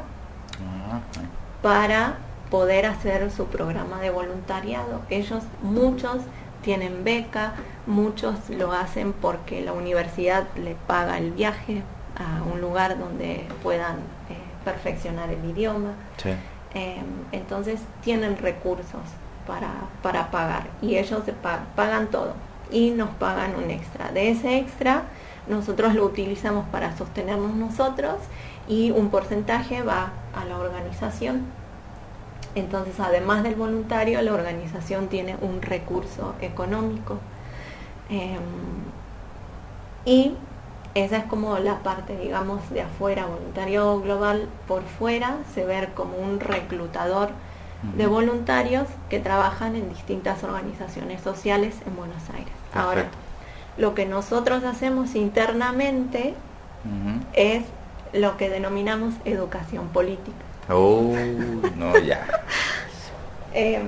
para poder hacer su programa de voluntariado. Ellos, muchos tienen beca, muchos lo hacen porque la universidad le paga el viaje a un lugar donde puedan eh, perfeccionar el idioma. Sí. Eh, entonces tienen recursos para, para pagar, y ellos se pagan, pagan todo y nos pagan un extra. De ese extra nosotros lo utilizamos para sostenernos nosotros, y un porcentaje va a la organización. Entonces, además del voluntario, la organización tiene un recurso económico, eh, y esa es como la parte, digamos, de afuera. Voluntario Global por fuera se ve como un reclutador uh-huh. de voluntarios que trabajan en distintas organizaciones sociales en Buenos Aires. Perfecto. Ahora, lo que nosotros hacemos internamente uh-huh. es lo que denominamos educación política. Oh, no, ya. eh,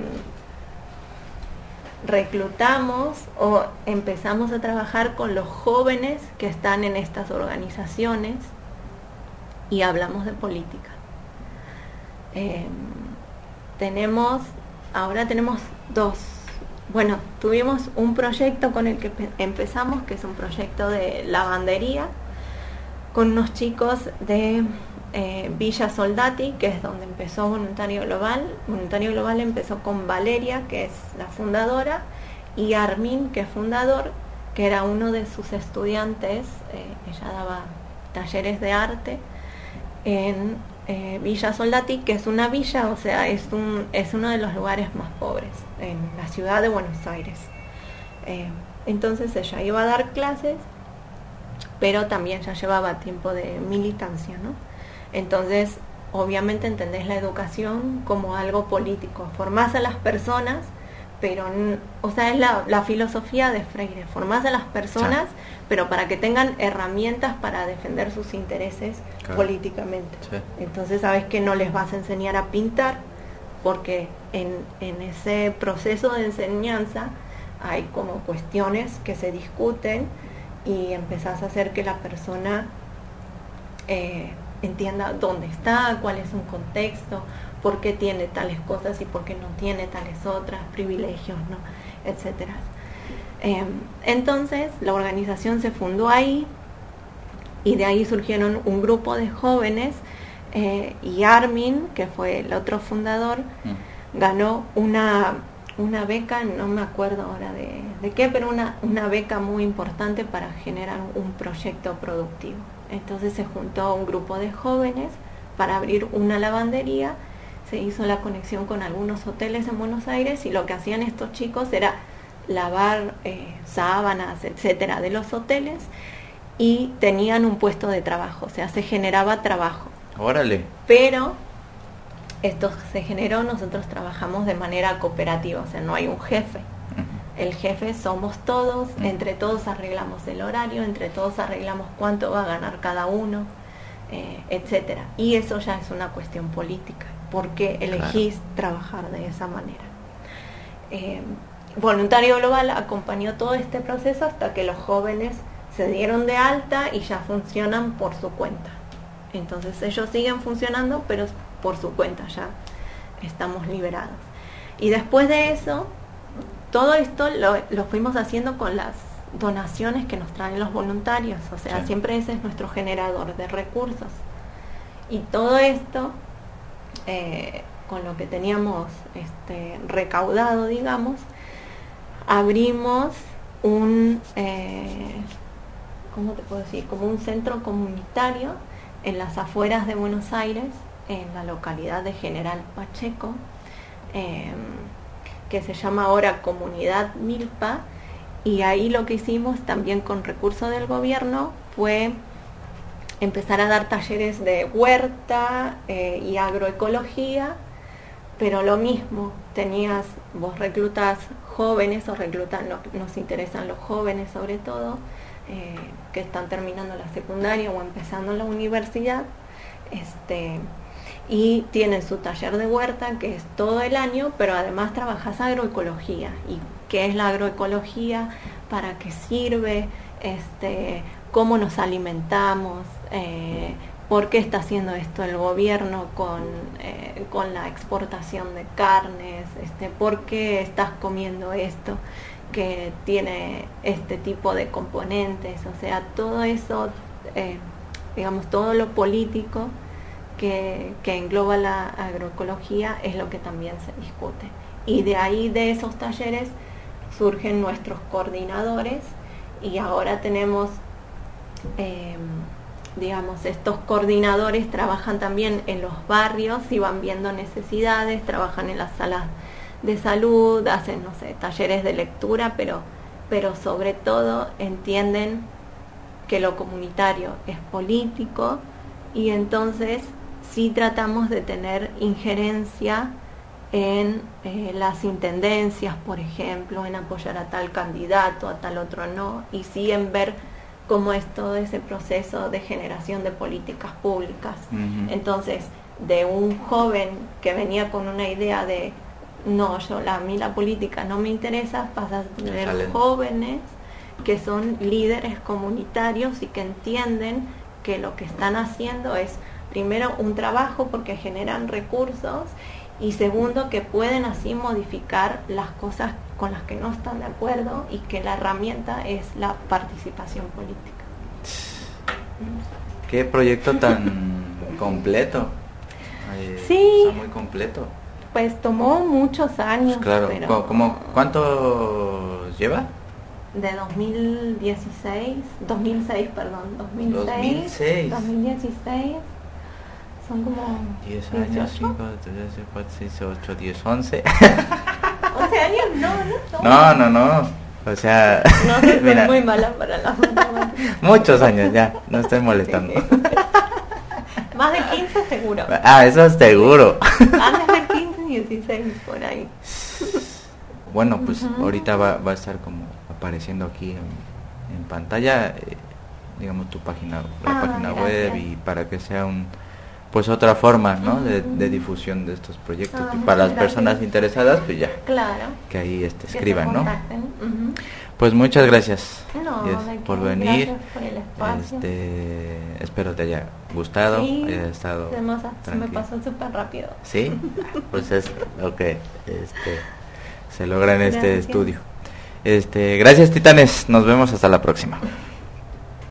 reclutamos o empezamos a trabajar con los jóvenes que están en estas organizaciones y hablamos de política. Eh, tenemos, ahora tenemos dos, bueno, tuvimos un proyecto con el que empezamos, que es un proyecto de lavandería, con unos chicos de eh, Villa Soldati, que es donde empezó Voluntario Global. Voluntario Global empezó con Valeria, que es la fundadora, y Armin, que es fundador, que era uno de sus estudiantes. Eh, ella daba talleres de arte en eh, Villa Soldati, que es una villa, o sea, es, un, es uno de los lugares más pobres en la ciudad de Buenos Aires. Eh, entonces ella iba a dar clases, pero también ya llevaba tiempo de militancia, ¿no? Entonces, obviamente entendés la educación como algo político, formás a las personas, pero, o sea, es la, la filosofía de Freire, formás a las personas, sí. pero para que tengan herramientas para defender sus intereses, claro. políticamente. Sí. Entonces, sabes que no les vas a enseñar a pintar, porque en, en ese proceso de enseñanza hay como cuestiones que se discuten, y empezás a hacer que la persona eh, entienda dónde está, cuál es un contexto, por qué tiene tales cosas y por qué no tiene tales otras, privilegios, ¿no? etcétera. Eh, entonces la organización se fundó ahí y de ahí surgieron un grupo de jóvenes eh, y Armin, que fue el otro fundador, mm. ganó una, una beca, no me acuerdo ahora de, de qué, pero una, una beca muy importante para generar un proyecto productivo. Entonces se juntó un grupo de jóvenes para abrir una lavandería, se hizo la conexión con algunos hoteles en Buenos Aires y lo que hacían estos chicos era lavar eh, sábanas, etcétera, de los hoteles y tenían un puesto de trabajo, o sea, se generaba trabajo. Órale. Pero esto se generó, nosotros trabajamos de manera cooperativa, o sea, no hay un jefe. El jefe somos todos, entre todos arreglamos el horario, entre todos arreglamos cuánto va a ganar cada uno, eh, etcétera. Y eso ya es una cuestión política, porque elegís claro. trabajar de esa manera. Eh, Voluntario Global acompañó todo este proceso hasta que los jóvenes se dieron de alta y ya funcionan por su cuenta. Entonces ellos siguen funcionando, pero por su cuenta ya estamos liberados. Y después de eso, todo esto lo, lo fuimos haciendo con las donaciones que nos traen los voluntarios, o sea, sí. siempre ese es nuestro generador de recursos. Y todo esto, eh, con lo que teníamos este, recaudado, digamos, abrimos un, eh, ¿cómo te puedo decir? Como un centro comunitario en las afueras de Buenos Aires, en la localidad de General Pacheco, eh, que se llama ahora Comunidad Milpa, y ahí lo que hicimos también con recursos del gobierno fue empezar a dar talleres de huerta eh, y agroecología, pero lo mismo, tenías, vos reclutas jóvenes o reclutan, no, nos interesan los jóvenes sobre todo, eh, que están terminando la secundaria o empezando la universidad, este, y tienen su taller de huerta que es todo el año, pero además trabajas agroecología. ¿Y qué es la agroecología? ¿Para qué sirve? Este, ¿cómo nos alimentamos? Eh, ¿Por qué está haciendo esto el gobierno con, eh, con la exportación de carnes? Este, ¿por qué estás comiendo esto que tiene este tipo de componentes? O sea, todo eso, eh, digamos, todo lo político que, que engloba la agroecología es lo que también se discute. Y de ahí, de esos talleres, surgen nuestros coordinadores y ahora tenemos... Eh, digamos, estos coordinadores trabajan también en los barrios y van viendo necesidades, trabajan en las salas de salud, hacen, no sé, talleres de lectura, pero, pero sobre todo entienden que lo comunitario es político y entonces sí tratamos de tener injerencia en eh, las intendencias, por ejemplo, en apoyar a tal candidato, a tal otro no, y sí en ver cómo es todo ese proceso de generación de políticas públicas. Uh-huh. Entonces, de un joven que venía con una idea de no, yo la, a mí la política no me interesa, pasas a tener Salen. jóvenes que son líderes comunitarios y que entienden que lo que están haciendo es, primero, un trabajo porque generan recursos y segundo, que pueden así modificar las cosas con las que no están de acuerdo y que la herramienta es la participación política. Qué proyecto tan completo. Eh, sí. Está muy completo. Pues tomó muchos años. Pues claro. Pero ¿Cómo, ¿Cuánto lleva? De dos mil dieciséis, dos mil seis, perdón, dos mil seis, dos mil seis. dos mil dieciséis. Son como diez años, cinco, tres, cuatro, seis, ocho, diez, once. once años, no, no. No, no, no. O sea, no soy mira, muy mala para las matemáticas. Muchos años ya, no estoy molestando. Sí. Más de quince seguro. Ah, eso es seguro. Antes de quince, dieciséis, por ahí. Bueno, pues uh-huh. ahorita va, va a estar como apareciendo aquí en, en pantalla, eh, digamos, tu página, la ah, página gracias. web, y para que sea un... pues otra forma, ¿no? de, de difusión de estos proyectos. Ah, para las gracias. personas interesadas, pues ya, claro, que ahí este, escriban, ¿no? Uh-huh. Pues muchas gracias, no, yes, por venir. Gracias por el espacio. Este, espero te haya gustado, sí, haya estado se me, se me pasó súper rápido. Sí, pues es lo que este, se logra en gracias. este estudio. Este, gracias, titanes, nos vemos hasta la próxima.